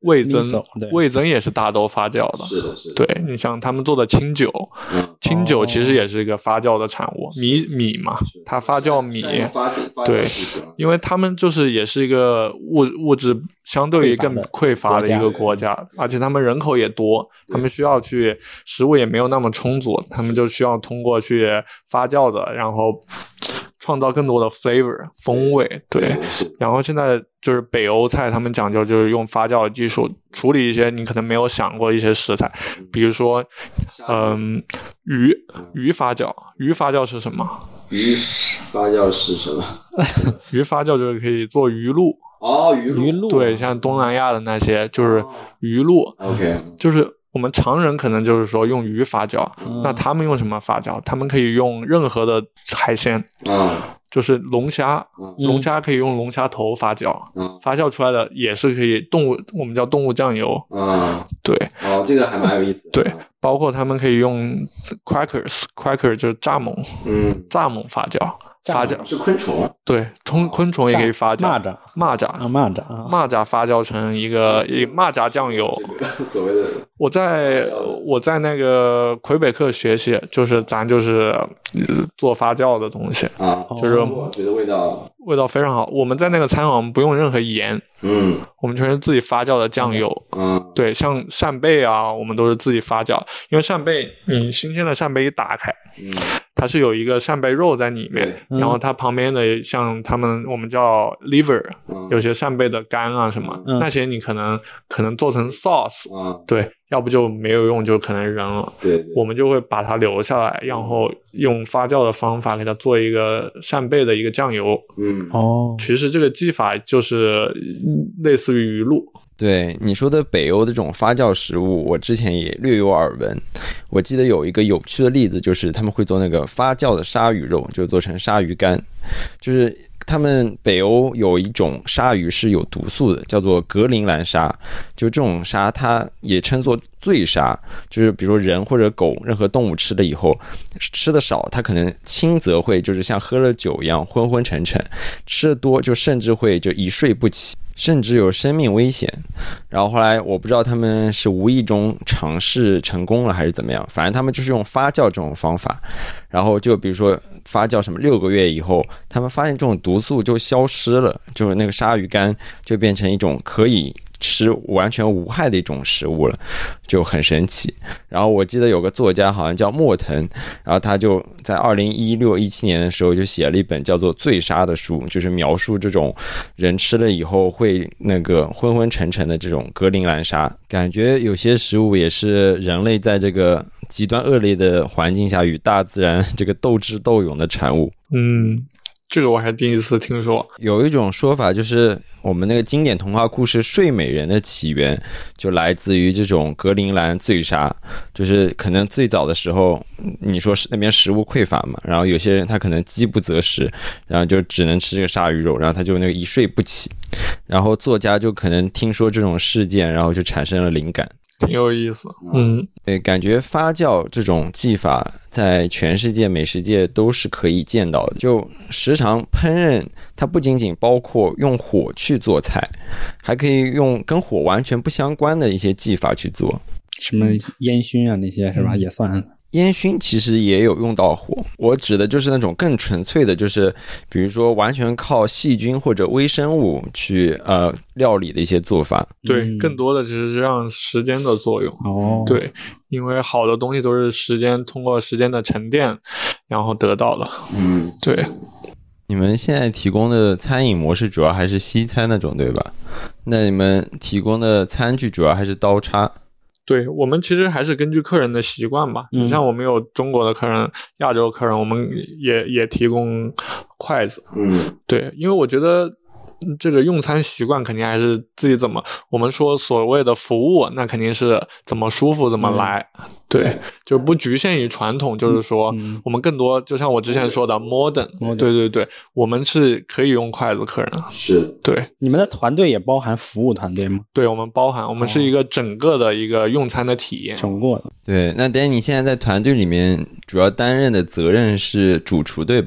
味增 miso，对味增也是大豆发酵的。 是的，是的。 对，你像他们做的清酒， 嗯清酒其实也是一个发酵的产物，米米嘛，它发酵米， 善用发酵发酵对技术因为他们就是也是一个物物质相对于更匮乏的一个国家，而且他们人口也多，他们需要去食物也没有那么充足，他们就需要通过去发酵的，然后创造更多的 flavor 风味，对。然后现在就是北欧菜，他们讲究就是用发酵的技术处理一些你可能没有想过一些食材，比如说，嗯，鱼鱼发酵，鱼发酵是什么？ 鱼发酵是什么？ 鱼发酵就是可以做鱼露。 哦，鱼露。 鱼露对，像东南亚的那些就是鱼露。 OK， 就是我们常人可能就是说用鱼发酵， 嗯那他们用什么发酵？他们可以用任何的海鲜， 嗯就是龙虾， 嗯龙虾可以用龙虾头发酵， 嗯发酵出来的也是可以动物，我们叫动物酱油。 嗯， 对哦，这个还蛮有意思的。 对，包括他们可以用 crackers，cracker 就是蚱蜢， 嗯， 蚱蜢发酵，发酵是昆虫。 对，昆昆虫也可以发酵， 蚂蚱蚂蚱啊，蚂蚱啊， 蚂蚱发酵成一个一蚂蚱酱油。 这个所谓的我在我在那个魁北克学习，就是咱就是呃做发酵的东西， 啊， 就是我觉得味道， 味道非常好。我们在那个餐馆不用任何盐， 嗯我们全是自己发酵的酱油。 嗯， 对，像扇贝啊，我们都是自己发酵，因为扇贝你新鲜的扇贝一打开， 嗯它是有一个扇贝肉在里面， 嗯然后它旁边的像他们我们叫 liver， 嗯有些扇贝的肝啊什么， 嗯那些你可能可能做成 sauce， 嗯， 对，要不就没有用，就可能扔了。 对对， 我们就会把它留下来，然后用发酵的方法给它做一个扇贝的一个酱油。 嗯哦， 其实这个技法就是嗯类似于鱼露。 对你说的北欧的这种发酵食物，我之前也略有耳闻。我记得有一个有趣的例子，就是他们会做那个发酵的鲨鱼肉，就做成鲨鱼干。就是他们北欧有一种鲨鱼是有毒素的，叫做格陵兰鲨。就这种鲨，它也称作醉鲨，就是比如说人或者狗，任何动物吃了以后，吃的少，它可能轻则会就是像喝了酒一样昏昏沉沉，吃的多就甚至会就一睡不起，甚至有生命危险。然后后来我不知道他们是无意中尝试成功了还是怎么样，反正他们就是用发酵这种方法，然后就比如说发酵什么六个月以后，他们发现这种毒素就消失了，就是那个鲨鱼干就变成一种可以吃完全无害的一种食物了，就很神奇。然后我记得有个作家好像叫莫腾，然后他就在二零一六一七年的时候就写了一本叫做《醉鲨》的书，就是描述这种人吃了以后会那个昏昏沉沉的这种格陵兰鲨。感觉有些食物也是人类在这个极端恶劣的环境下与大自然这个斗智斗勇的产物。 嗯，这个我还第一次听说。 有一种说法就是我们那个经典童话故事《睡美人》的起源就来自于这种格陵兰醉鲨，就是可能最早的时候你说是那边食物匮乏嘛，然后有些人他可能饥不择食，然后就只能吃这个鲨鱼肉，然后他就那个一睡不起，然后作家就可能听说这种事件，然后就产生了灵感。 挺有意思。嗯， 对，感觉发酵这种技法在全世界美食界都是可以见到的。就时常烹饪，它不仅仅包括用火去做菜，还可以用跟火完全不相关的一些技法去做。 什么烟熏啊那些是吧？也算。 烟熏其实也有用到火，我指的就是那种更纯粹的，就是比如说完全靠细菌或者微生物去呃料理的一些做法。 对， 嗯更多的其实是让时间的作用。 哦， 对，因为好的东西都是时间通过时间的沉淀，然后得到的。 嗯， 对。 你们现在提供的餐饮模式主要还是西餐那种，对吧？那你们提供的餐具主要还是刀叉？ 对，我们其实还是根据客人的习惯吧。 嗯你像我们有中国的客人、亚洲客人，我们也也提供筷子。 嗯， 对，因为我觉得这个用餐习惯肯定还是自己怎么，我们说所谓的服务，那肯定是怎么舒服怎么来。 嗯对，就不局限于传统，就是说嗯我们更多，就像我之前说的 modern， modern 对对对，我们是可以用筷子，客人。 是。 对你们的团队也包含服务团队吗？ 对，我们包含，我们是一个整个的一个用餐的体验。 整过的。 对，那等你现在在团队里面主要担任的责任是主厨，对吧？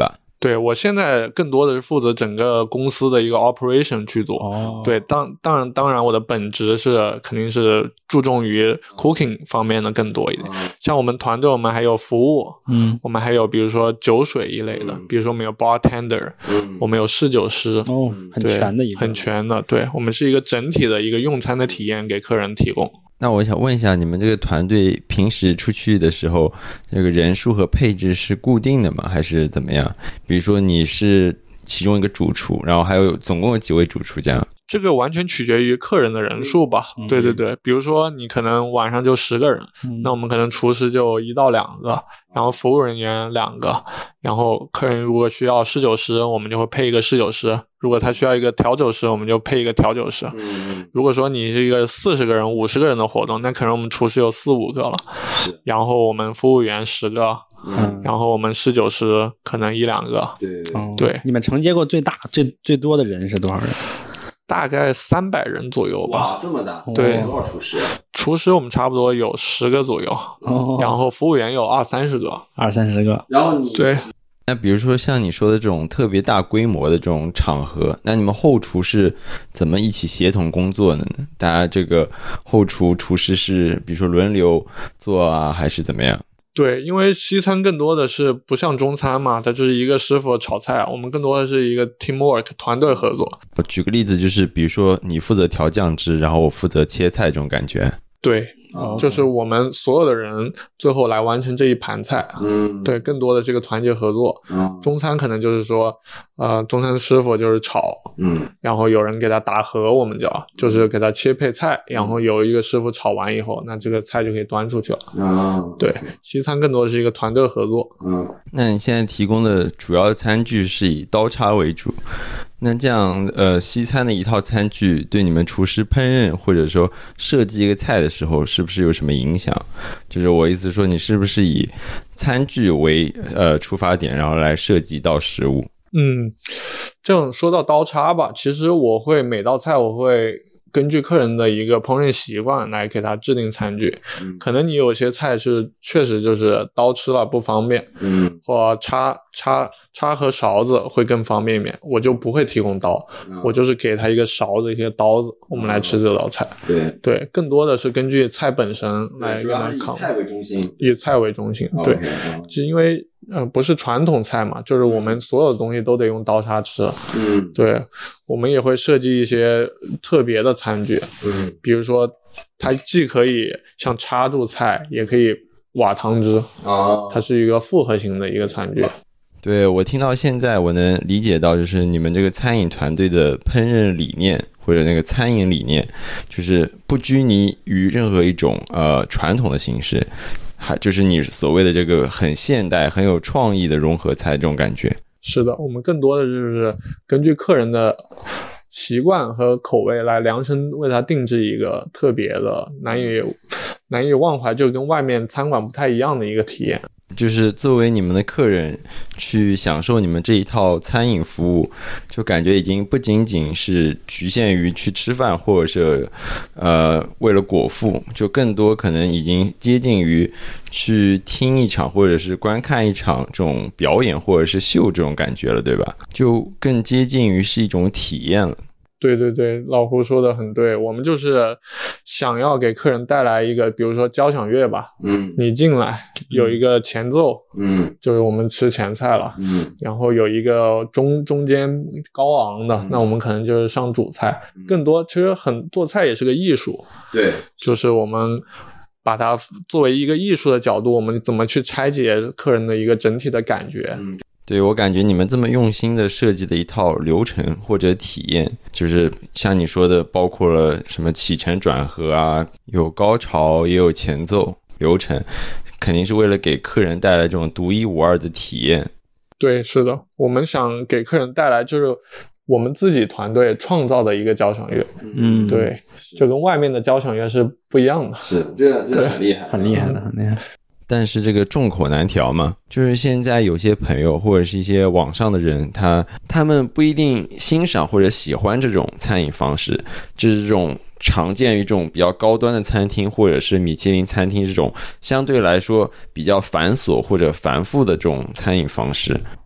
对，我现在更多的是负责整个公司的一个 operation 去做。 哦， 对，当当然当然我的本职是肯定是注重于 cooking 方面的更多一点。像我们团队，我们还有服务， 嗯， 我们还有比如说酒水一类的， 嗯、 比如说我们有 bartender，嗯，我们有侍酒师， 哦，很全的一个， 很全的。对，我们是一个整体的一个用餐的体验给客人提供。 那我想问一下，你们这个团队平时出去的时候，这个人数和配置是固定的吗？还是怎么样？比如说你是其中一个主厨，然后还有总共有几位主厨这样？ 这个完全取决于客人的人数吧。嗯、对对对，比如说你可能晚上就十个人，嗯、那我们可能厨师就一到两个，然后服务人员两个，然后客人如果需要侍酒师，我们就会配一个侍酒师。如果他需要一个调酒师，我们就配一个调酒师。嗯、如果说你是一个四十个人、五十个人的活动，那可能我们厨师有四五个了，然后我们服务员十个，嗯、然后我们侍酒师可能一两个。 对对对。 哦、 对， 你们承接过最大、最最多的人是多少人？ 大概三百人左右吧。 哇，这么大！ 对， 多少厨师？ 厨师我们差不多有十个左右， 哦、 然后服务员有二三十个， 二三十个。 然后你对。 那比如说像你说的这种特别大规模的这种场合，那你们后厨是怎么一起协同工作的呢？大家这个后厨厨师是比如说轮流做啊，还是怎么样？ 对，因为西餐更多的是不像中餐嘛，它就是一个师傅炒菜，我们更多的是一个 teamwork 团队合作。 我举个例子，就是比如说你负责调酱汁，然后我负责切菜这种感觉。 对。 Oh, okay. 就是我们所有的人最后来完成这一盘菜，嗯，对，更多的这个团结合作。嗯，中餐可能就是说，呃，中餐师傅就是炒，嗯，然后有人给他打盒，我们叫就是给他切配菜，然后有一个师傅炒完以后，那这个菜就可以端出去了。嗯，对，西餐更多的是一个团队合作。 嗯，那你现在提供的主要餐具是以刀叉为主。那这样，呃，西餐的一套餐具对你们厨师烹饪或者说设计一个菜的时候，是不是有什么影响？就是我意思说，你是不是以餐具为呃出发点，然后来设计一道食物？ 嗯，这样说到刀叉吧，其实我会每道菜我会根据客人的一个烹饪习惯来给他制定餐具。嗯，可能你有些菜是确实就是刀吃了不方便，嗯，或叉叉叉和勺子会更方便一点，我就不会提供刀，嗯、我就是给他一个勺子一个刀子，我们来吃这道菜。 对对，更多的是根据菜本身来跟他抗。以菜为中心。 以菜为中心，对， okay, 就因为呃不是传统菜嘛，就是我们所有的东西都得用刀叉吃。嗯，对，我们也会设计一些特别的餐具，嗯，比如说它既可以像插住菜，也可以挖汤汁，啊，它是一个复合型的一个餐具。 对，我听到现在我能理解到，就是你们这个餐饮团队的烹饪理念或者那个餐饮理念，就是不拘泥于任何一种呃传统的形式，还就是你所谓的这个很现代很有创意的融合菜这种感觉。 是的，我们更多的就是根据客人的习惯和口味来量身为他定制一个特别的难以难以忘怀，就跟外面餐馆不太一样的一个体验。 就是作为你们的客人去享受你们这一套餐饮服务，就感觉已经不仅仅是局限于去吃饭或者是呃为了果腹，就更多可能已经接近于去听一场或者是观看一场这种表演或者是秀这种感觉了，对吧？就更接近于是一种体验了。 对对对，老胡说的很对，我们就是想要给客人带来一个，比如说交响乐吧，嗯，你进来有一个前奏，嗯，就是我们吃前菜了，嗯，然后有一个中中间高昂的，嗯，那我们可能就是上主菜，嗯，更多其实很做菜也是个艺术， 对， 就是我们把它作为一个艺术的角度，我们怎么去拆解客人的一个整体的感觉。 嗯，对，我感觉你们这么用心的设计的一套流程或者体验，就是像你说的包括了什么起承转合啊，有高潮也有前奏流程，肯定是为了给客人带来这种独一无二的体验。 对，是的，我们想给客人带来就是我们自己团队创造的一个交响乐。嗯，对，就跟外面的交响乐是不一样的。 是，这这很厉害， 很厉害的，很厉害。 但是这个众口难调嘛，就是现在有些朋友或者是一些网上的人，他他们不一定欣赏或者喜欢这种餐饮方式，就是这种常见于这种比较高端的餐厅或者是米其林餐厅这种相对来说比较繁琐或者繁复的这种餐饮方式。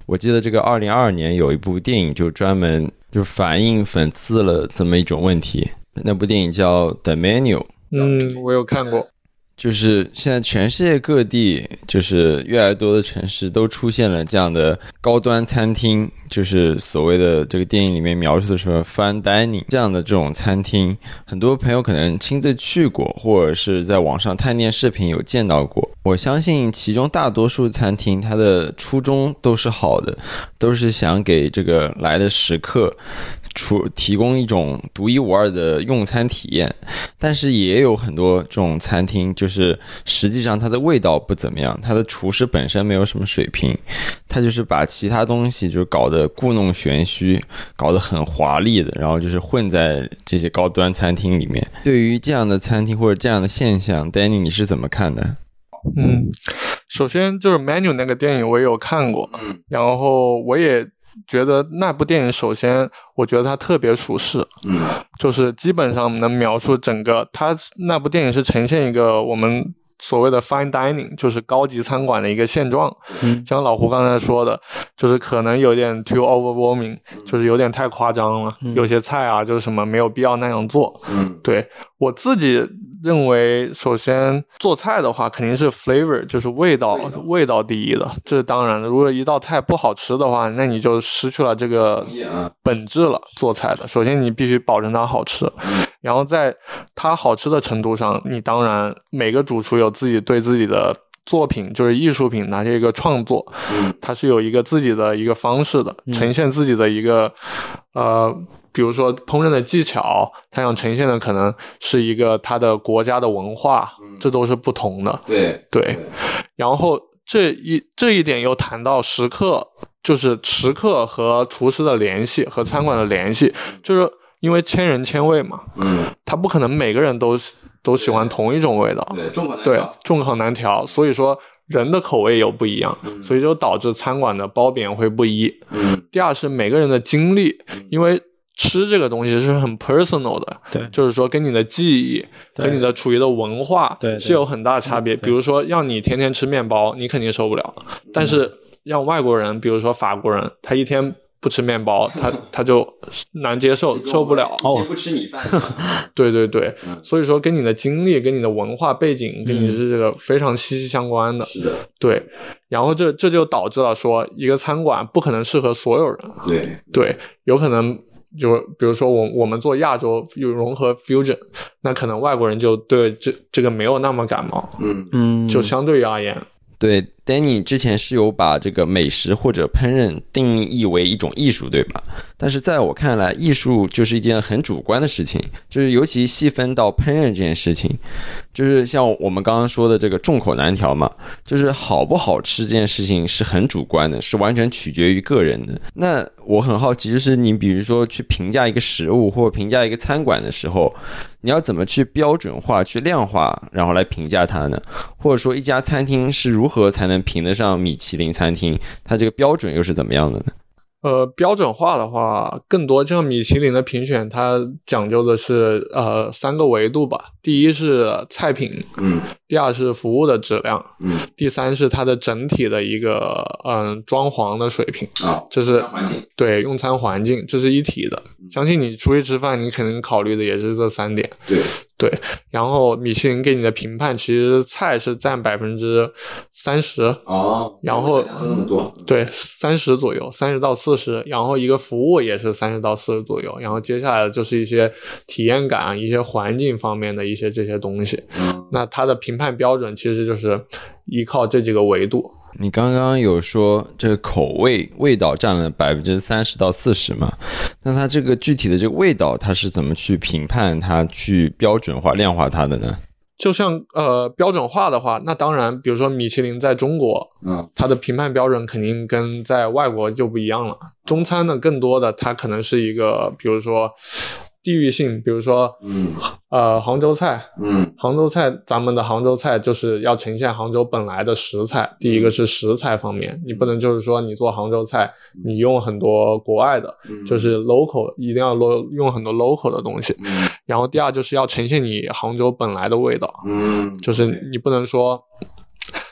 我记得这个二零二二年有一部电影就专门就反映讽刺了这么一种问题，那部电影叫 The Menu。 嗯，我有看过。 就是现在全世界各地，就是越来越多的城市都出现了这样的高端餐厅，就是所谓的这个电影里面描述的什么 fine dining 这样的这种餐厅，很多朋友可能亲自去过，或者是在网上探店视频有见到过。我相信其中大多数餐厅它的初衷都是好的，都是想给这个来的食客出提供一种独一无二的用餐体验，但是也有很多这种餐厅就是实际上它的味道不怎么样，它的厨师本身没有什么水平，它就是把其他东西就搞得故弄玄虚，搞得很华丽的，然后就是混在这些高端餐厅里面。对于这样的餐厅或者这样的现象 Danny 你是怎么看的？ 嗯，首先就是 Menu 那个电影我也有看过，嗯，然后我也觉得那部电影首先我觉得它特别属实，嗯，就是基本上能描述整个它那部电影是呈现一个我们所谓的 fine dining 就是高级餐馆的一个现状，嗯，像老胡刚才说的，就是可能有点 too overwhelming， 就是有点太夸张了，嗯，有些菜啊就是什么没有必要那样做，嗯，对，我自己认为首先做菜的话肯定是 flavor 就是味道味道第一的，这是当然的，如果一道菜不好吃的话那你就失去了这个本质了，做菜的首先你必须保证它好吃，然后在它好吃的程度上，你当然每个主厨有自己对自己的作品就是艺术品拿这一个创作，它是有一个自己的一个方式的，呈现自己的一个呃比如说烹饪的技巧，他想呈现的可能是一个他的国家的文化，这都是不同的。 对对，然后这一这一点又谈到食客，就是食客和厨师的联系和餐馆的联系，就是因为千人千味嘛，嗯，他不可能每个人都都喜欢同一种味道， 对，众口难调， 对，众口难调，所以说人的口味又不一样，嗯，所以就导致餐馆的褒贬会不一。嗯，第二是每个人的经历，因为吃这个东西是很 personal 的，对，就是说跟你的记忆跟你的处于的文化是有很大差别，比如说让你天天吃面包你肯定受不了，但是让外国人比如说法国人他一天不吃面包他他就难接受受不了， 哦，不吃米饭对对对，嗯，所以说跟你的经历跟你的文化背景跟你是这个非常息息相关的， 是的， 对，然后这这就导致了说一个餐馆不可能适合所有人， 对对，有可能就比如说我我们做亚洲有融合 fusion， 那可能外国人就对这这个没有那么感冒，嗯嗯，就相对于而言， 对 Danny 之前是有把这个美食或者烹饪定义为一种艺术，对吧？但是在我看来，艺术就是一件很主观的事情，就是尤其细分到烹饪这件事情，就是像我们刚刚说的这个众口难调嘛，就是好不好吃这件事情是很主观的，是完全取决于个人的。那我很好奇，就是你比如说去评价一个食物或者评价一个餐馆的时候，你要怎么去标准化去量化然后来评价它呢？或者说一家餐厅是如何才能评得上米其林餐厅，它这个标准又是怎么样的呢？ 呃，标准化的话，更多像米其林的评选，它讲究的是呃三个维度吧。第一是菜品，嗯，第二是服务的质量，嗯，第三是它的整体的一个嗯、呃、装潢的水平啊，这是对用餐环境，这是一体的。相信你出去吃饭，你肯定考虑的也是这三点。 对对，然后米其林给你的评判，其实菜是占百分之三十哦， 然后那么多， 对，三十左右，三十到四十，然后一个服务也是三十到四十左右，然后接下来就是一些体验感、一些环境方面的一些这些东西。嗯，那它的评判标准其实就是依靠这几个维度。 你刚刚有说这个口味味道占了百分之三十到四十嘛？那它这个具体的这个味道，它是怎么去评判它、去标准化、量化它的呢？ 就像呃标准化的话，那当然，比如说米其林在中国，嗯，它的评判标准肯定跟在外国就不一样了。中餐呢，更多的它可能是一个，比如说地域性，比如说，嗯，呃，杭州菜，嗯，杭州菜，咱们的杭州菜就是要呈现杭州本来的食材。第一个是食材方面，你不能就是说你做杭州菜，你用很多国外的，就是 local， 一定要用很多 local 的东西。然后第二就是要呈现你杭州本来的味道，嗯，就是你不能说。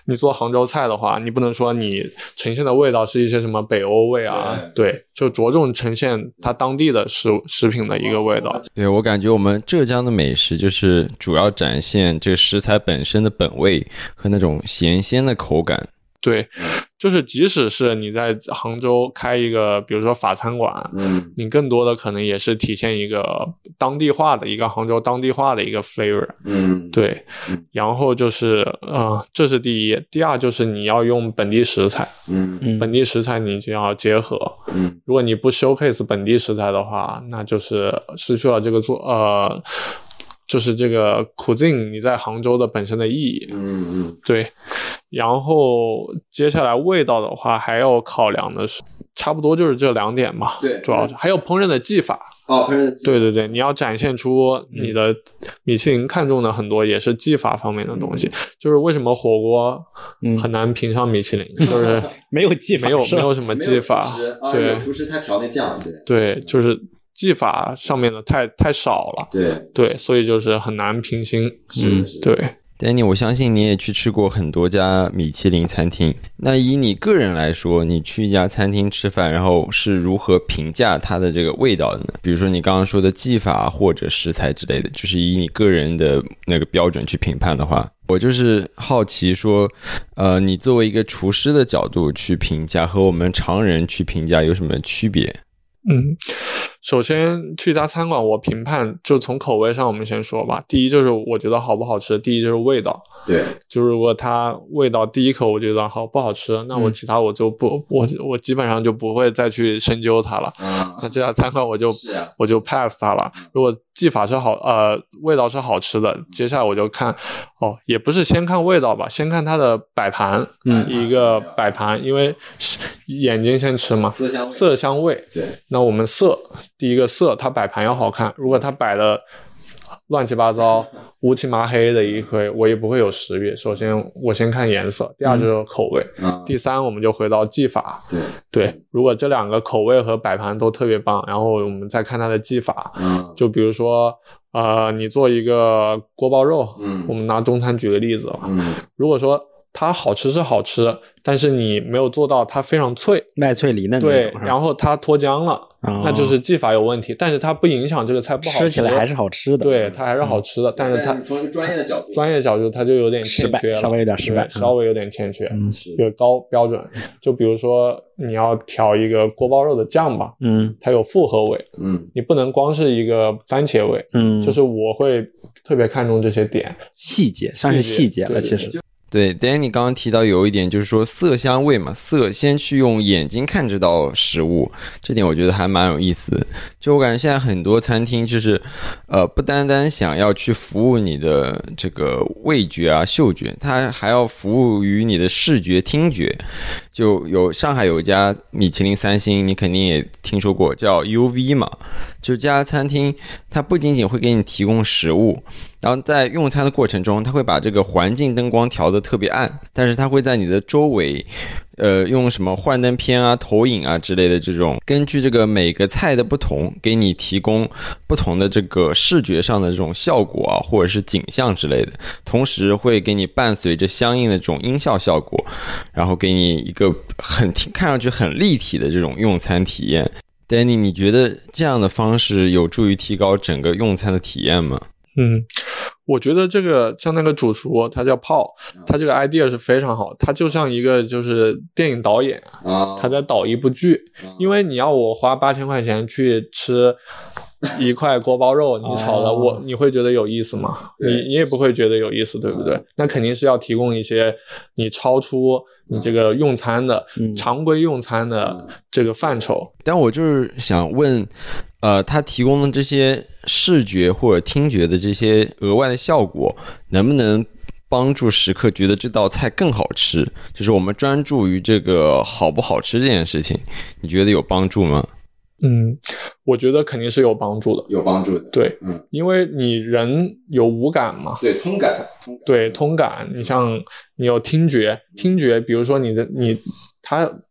你做杭州菜的话，你不能说你呈现的味道是一些什么北欧味啊，对，对就着重呈现它当地的食食品的一个味道。 对，我感觉我们浙江的美食就是主要展现这个食材本身的本味和那种咸鲜的口感。 对，就是即使是你在杭州开一个比如说法餐馆，嗯，你更多的可能也是体现一个当地化的一个杭州当地化的一个 flavor， 嗯，对，然后就是呃，这是第一，第二就是你要用本地食材，嗯，本地食材你就要结合，嗯，如果你不 showcase 本地食材的话，那就是失去了这个做呃就是这个cuisine你在杭州的本身的意义，嗯嗯，对。然后接下来味道的话，还要考量的是，差不多就是这两点吧。对，主要是还有烹饪的技法。 哦，烹饪的技法。 对对对，你要展现出你的米其林看重的很多也是技法方面的东西。嗯、就是为什么火锅很难评上米其林，嗯、就是没有技法， 没有没有什么技法。对， 有厨师他调那酱，对对，就是技法上面的太太少了。 对对，所以就是很难平心。 嗯， 对。 Danny， 我相信你也去吃过很多家米其林餐厅。那以你个人来说，你去一家餐厅吃饭，然后是如何评价它的这个味道的呢？比如说你刚刚说的技法或者食材之类的，就是以你个人的那个标准去评判的话，我就是好奇说，呃，你作为一个厨师的角度去评价，和我们常人去评价有什么区别？ 嗯，首先去一家餐馆，我评判就从口味上我们先说吧。第一就是我觉得好不好吃，第一就是味道。 对， 就是如果它味道第一口我觉得好不好吃，那我其他我就不、嗯、我我基本上就不会再去深究它了。嗯、那这家餐馆我就、啊、我就 pass 它了。如果技法是好呃味道是好吃的，接下来我就看哦，也不是先看味道吧，先看它的摆盘，嗯，一个摆盘，因为眼睛先吃嘛， 色香味， 色香味， 对。 那我们色，第一个色，它摆盘要好看。如果它摆的乱七八糟、乌漆麻黑的一堆，我也不会有食欲。首先，我先看颜色，第二就是口味，嗯、第三我们就回到技法。 对对，如果这两个口味和摆盘都特别棒，然后我们再看它的技法。嗯，就比如说，呃，你做一个锅包肉，嗯，我们拿中餐举个例子吧。嗯，如果说它好吃是好吃，但是你没有做到它非常脆， 外脆里嫩， 对，然后它脱浆了，哦、那就是技法有问题，但是它不影响这个菜不好吃， 吃起来还是好吃的， 对，它还是好吃的，嗯、但是它从一个专业的角度， 专业角度它就有点欠缺了， 稍微有点失败， 稍微有点欠缺，嗯，有高标准。就比如说你要调一个锅包肉的酱吧，嗯，它有复合味，嗯，你不能光是一个番茄味，嗯，就是我会特别看重这些点， 细节算是细节了，其实。 对 Danny 刚刚提到有一点就是说色香味嘛，色先去用眼睛看这道食物，这点我觉得还蛮有意思的。就我感觉现在很多餐厅就是呃不单单想要去服务你的这个味觉啊嗅觉，它还要服务于你的视觉听觉。就有上海有一家米其林三星，你肯定也听说过，叫 U V 嘛。就这家餐厅它不仅仅会给你提供食物，然后在用餐的过程中它会把这个环境灯光调得特别暗，但是它会在你的周围呃，用什么幻灯片啊投影啊之类的这种，根据这个每个菜的不同给你提供不同的这个视觉上的这种效果啊，或者是景象之类的，同时会给你伴随着相应的这种音效效果，然后给你一个很看上去很立体的这种用餐体验。Danny 你觉得这样的方式有助于提高整个用餐的体验吗？ 嗯，我觉得这个像那个主厨他叫Paul，他这个 idea 是非常好，他就像一个就是电影导演，他在导一部剧，因为你要我花八千块钱去吃一块锅包肉，你炒的我你会觉得有意思吗？你你也不会觉得有意思，对不对？那肯定是要提供一些你超出你这个用餐的、嗯、常规用餐的这个范畴。 但我就是想问，呃，他提供的这些视觉或者听觉的这些额外的效果，能不能帮助食客觉得这道菜更好吃？就是我们专注于这个好不好吃这件事情，你觉得有帮助吗？ 嗯，我觉得肯定是有帮助的， 有帮助的。 对，嗯，因为你人有五感嘛， 对，通感，通感对，通感。你像你有听觉，听觉，比如说你的你，它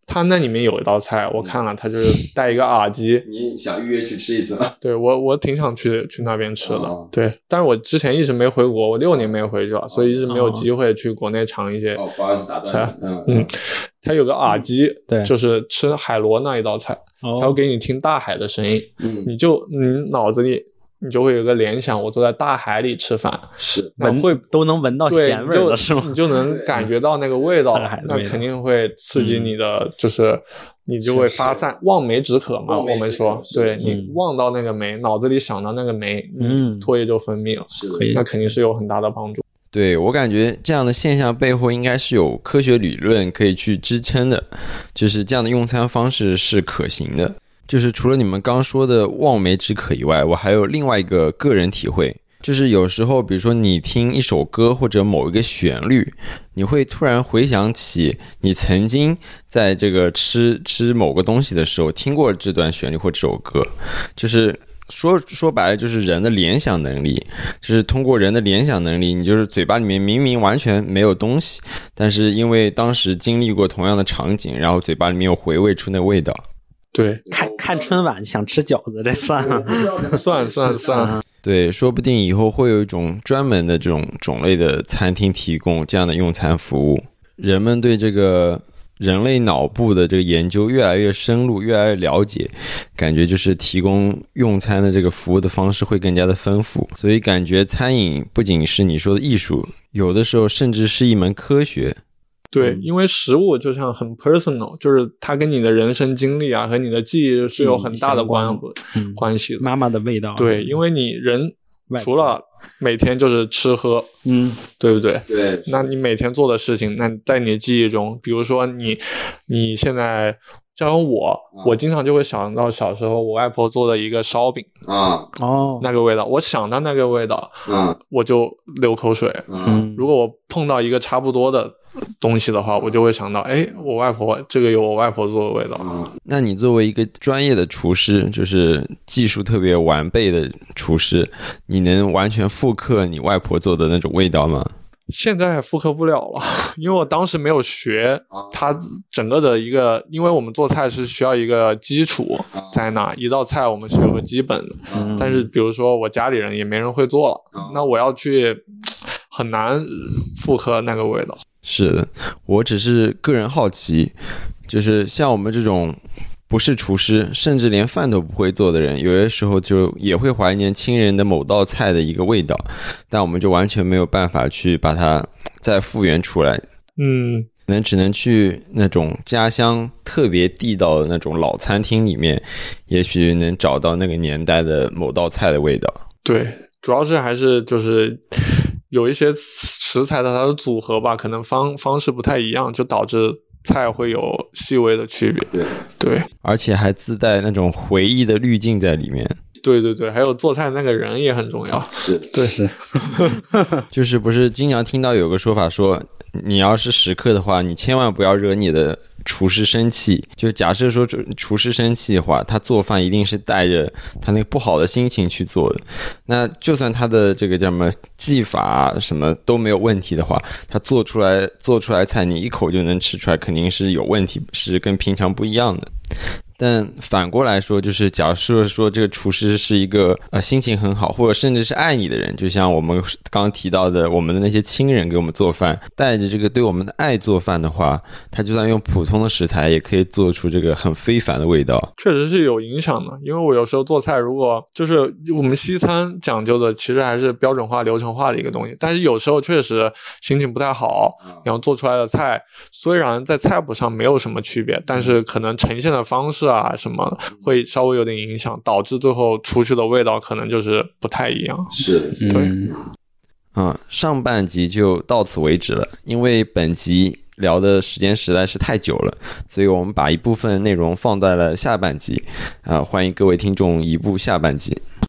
他那里面有一道菜，我看了，他就是带一个耳机。 你想预约去吃一次吗？ 对，我我挺想去去那边吃的。 哦、 对，但是我之前一直没回国，我六年没回去了，哦、所以一直没有机会去国内尝一些菜。 哦，不好意思打断你。嗯嗯，他有个耳机， 对， 就是吃海螺那一道菜， 哦、 他会给你听大海的声音， 嗯， 你就你脑子里。你就会有个联想，我坐在大海里吃饭， 是闻会都能闻到咸味了，是吗？ 你就能感觉到那个味道，那肯定会刺激你的，嗯、就是你就会发散，望梅止渴嘛。我们说，对你望到那个梅，脑子里想到那个梅，嗯，唾液就分泌了， 是那肯定是有很大的帮助。 对，我感觉这样的现象背后应该是有科学理论可以去支撑的，就是这样的用餐方式是可行的。就是除了你们刚说的望梅止渴以外，我还有另外一个个人体会，就是有时候比如说你听一首歌或者某一个旋律，你会突然回想起你曾经在这个吃吃某个东西的时候听过这段旋律或这首歌，就是说说白了就是人的联想能力，就是通过人的联想能力，你就是嘴巴里面明明完全没有东西，但是因为当时经历过同样的场景，然后嘴巴里面又回味出那味道。 对， 看看春晚想吃饺子，这算吗？ 算算算。 对，说不定以后会有一种专门的这种种类的餐厅提供这样的用餐服务。人们对这个人类脑部的这个研究越来越深入，越来越了解，感觉就是提供用餐的这个服务的方式会更加的丰富。所以感觉餐饮不仅是你说的艺术，有的时候甚至是一门科学。 对，因为食物就像很 personal， 就是它跟你的人生经历啊和你的记忆是有很大的关、嗯、关系的。 妈妈的味道。 对，因为你人除了每天就是吃喝， 嗯， 对不对？ 对。 那你每天做的事情，那在你的记忆中，比如说你你现在像我、啊、我经常就会想到小时候我外婆做的一个烧饼啊， 哦， 那个味道，我想到那个味道， 嗯， 我就流口水。 嗯， 如果我碰到一个差不多的东西的话，我就会想到，哎，我外婆这个有我外婆做的味道。 嗯，那你作为一个专业的厨师，就是技术特别完备的厨师，你能完全复刻你外婆做的那种味道吗？ 现在复刻不了了，因为我当时没有学它整个的一个，因为我们做菜是需要一个基础在那，一道菜我们是有个基本的， 嗯、 但是比如说我家里人也没人会做了，嗯、那我要去很难复刻那个味道。 是的，我只是个人好奇，就是像我们这种不是厨师，甚至连饭都不会做的人，有些时候就也会怀念亲人的某道菜的一个味道，但我们就完全没有办法去把它再复原出来。 嗯， 可能只能去那种家乡特别地道的那种老餐厅里面，也许能找到那个年代的某道菜的味道。 对，主要是还是就是有一些食材的它的组合吧，可能方方式不太一样，就导致菜会有细微的区别。 对对， 而且还自带那种回忆的滤镜在里面。 对对对，还有做菜那个人也很重要。 是， 对， 是， 就是不是经常听到有个说法说，你要是食客的话，你千万不要惹你的厨师生气。就假设说厨师生气的话，他做饭一定是带着他那个不好的心情去做的。那就算他的这个叫什么技法啊什么都没有问题的话，他做出来做出来菜你一口就能吃出来，肯定是有问题，是跟平常不一样的。但反过来说，就是假设说这个厨师是一个呃心情很好，或者甚至是爱你的人，就像我们刚刚提到的，我们的那些亲人给我们做饭，带着这个对我们的爱做饭的话，他就算用普通的食材，也可以做出这个很非凡的味道。 确实是有影响的，因为我有时候做菜，如果就是我们西餐讲究的，其实还是标准化、流程化的一个东西，但是有时候确实心情不太好，然后做出来的菜虽然在菜谱上没有什么区别，但是可能呈现的方式啊什么会稍微有点影响，导致最后出去的味道可能就是不太一样。 是， 对。 嗯，上半集就到此为止了，因为本集聊的时间实在是太久了，所以我们把一部分内容放在了下半集，啊、呃，欢迎各位听众移步下半集。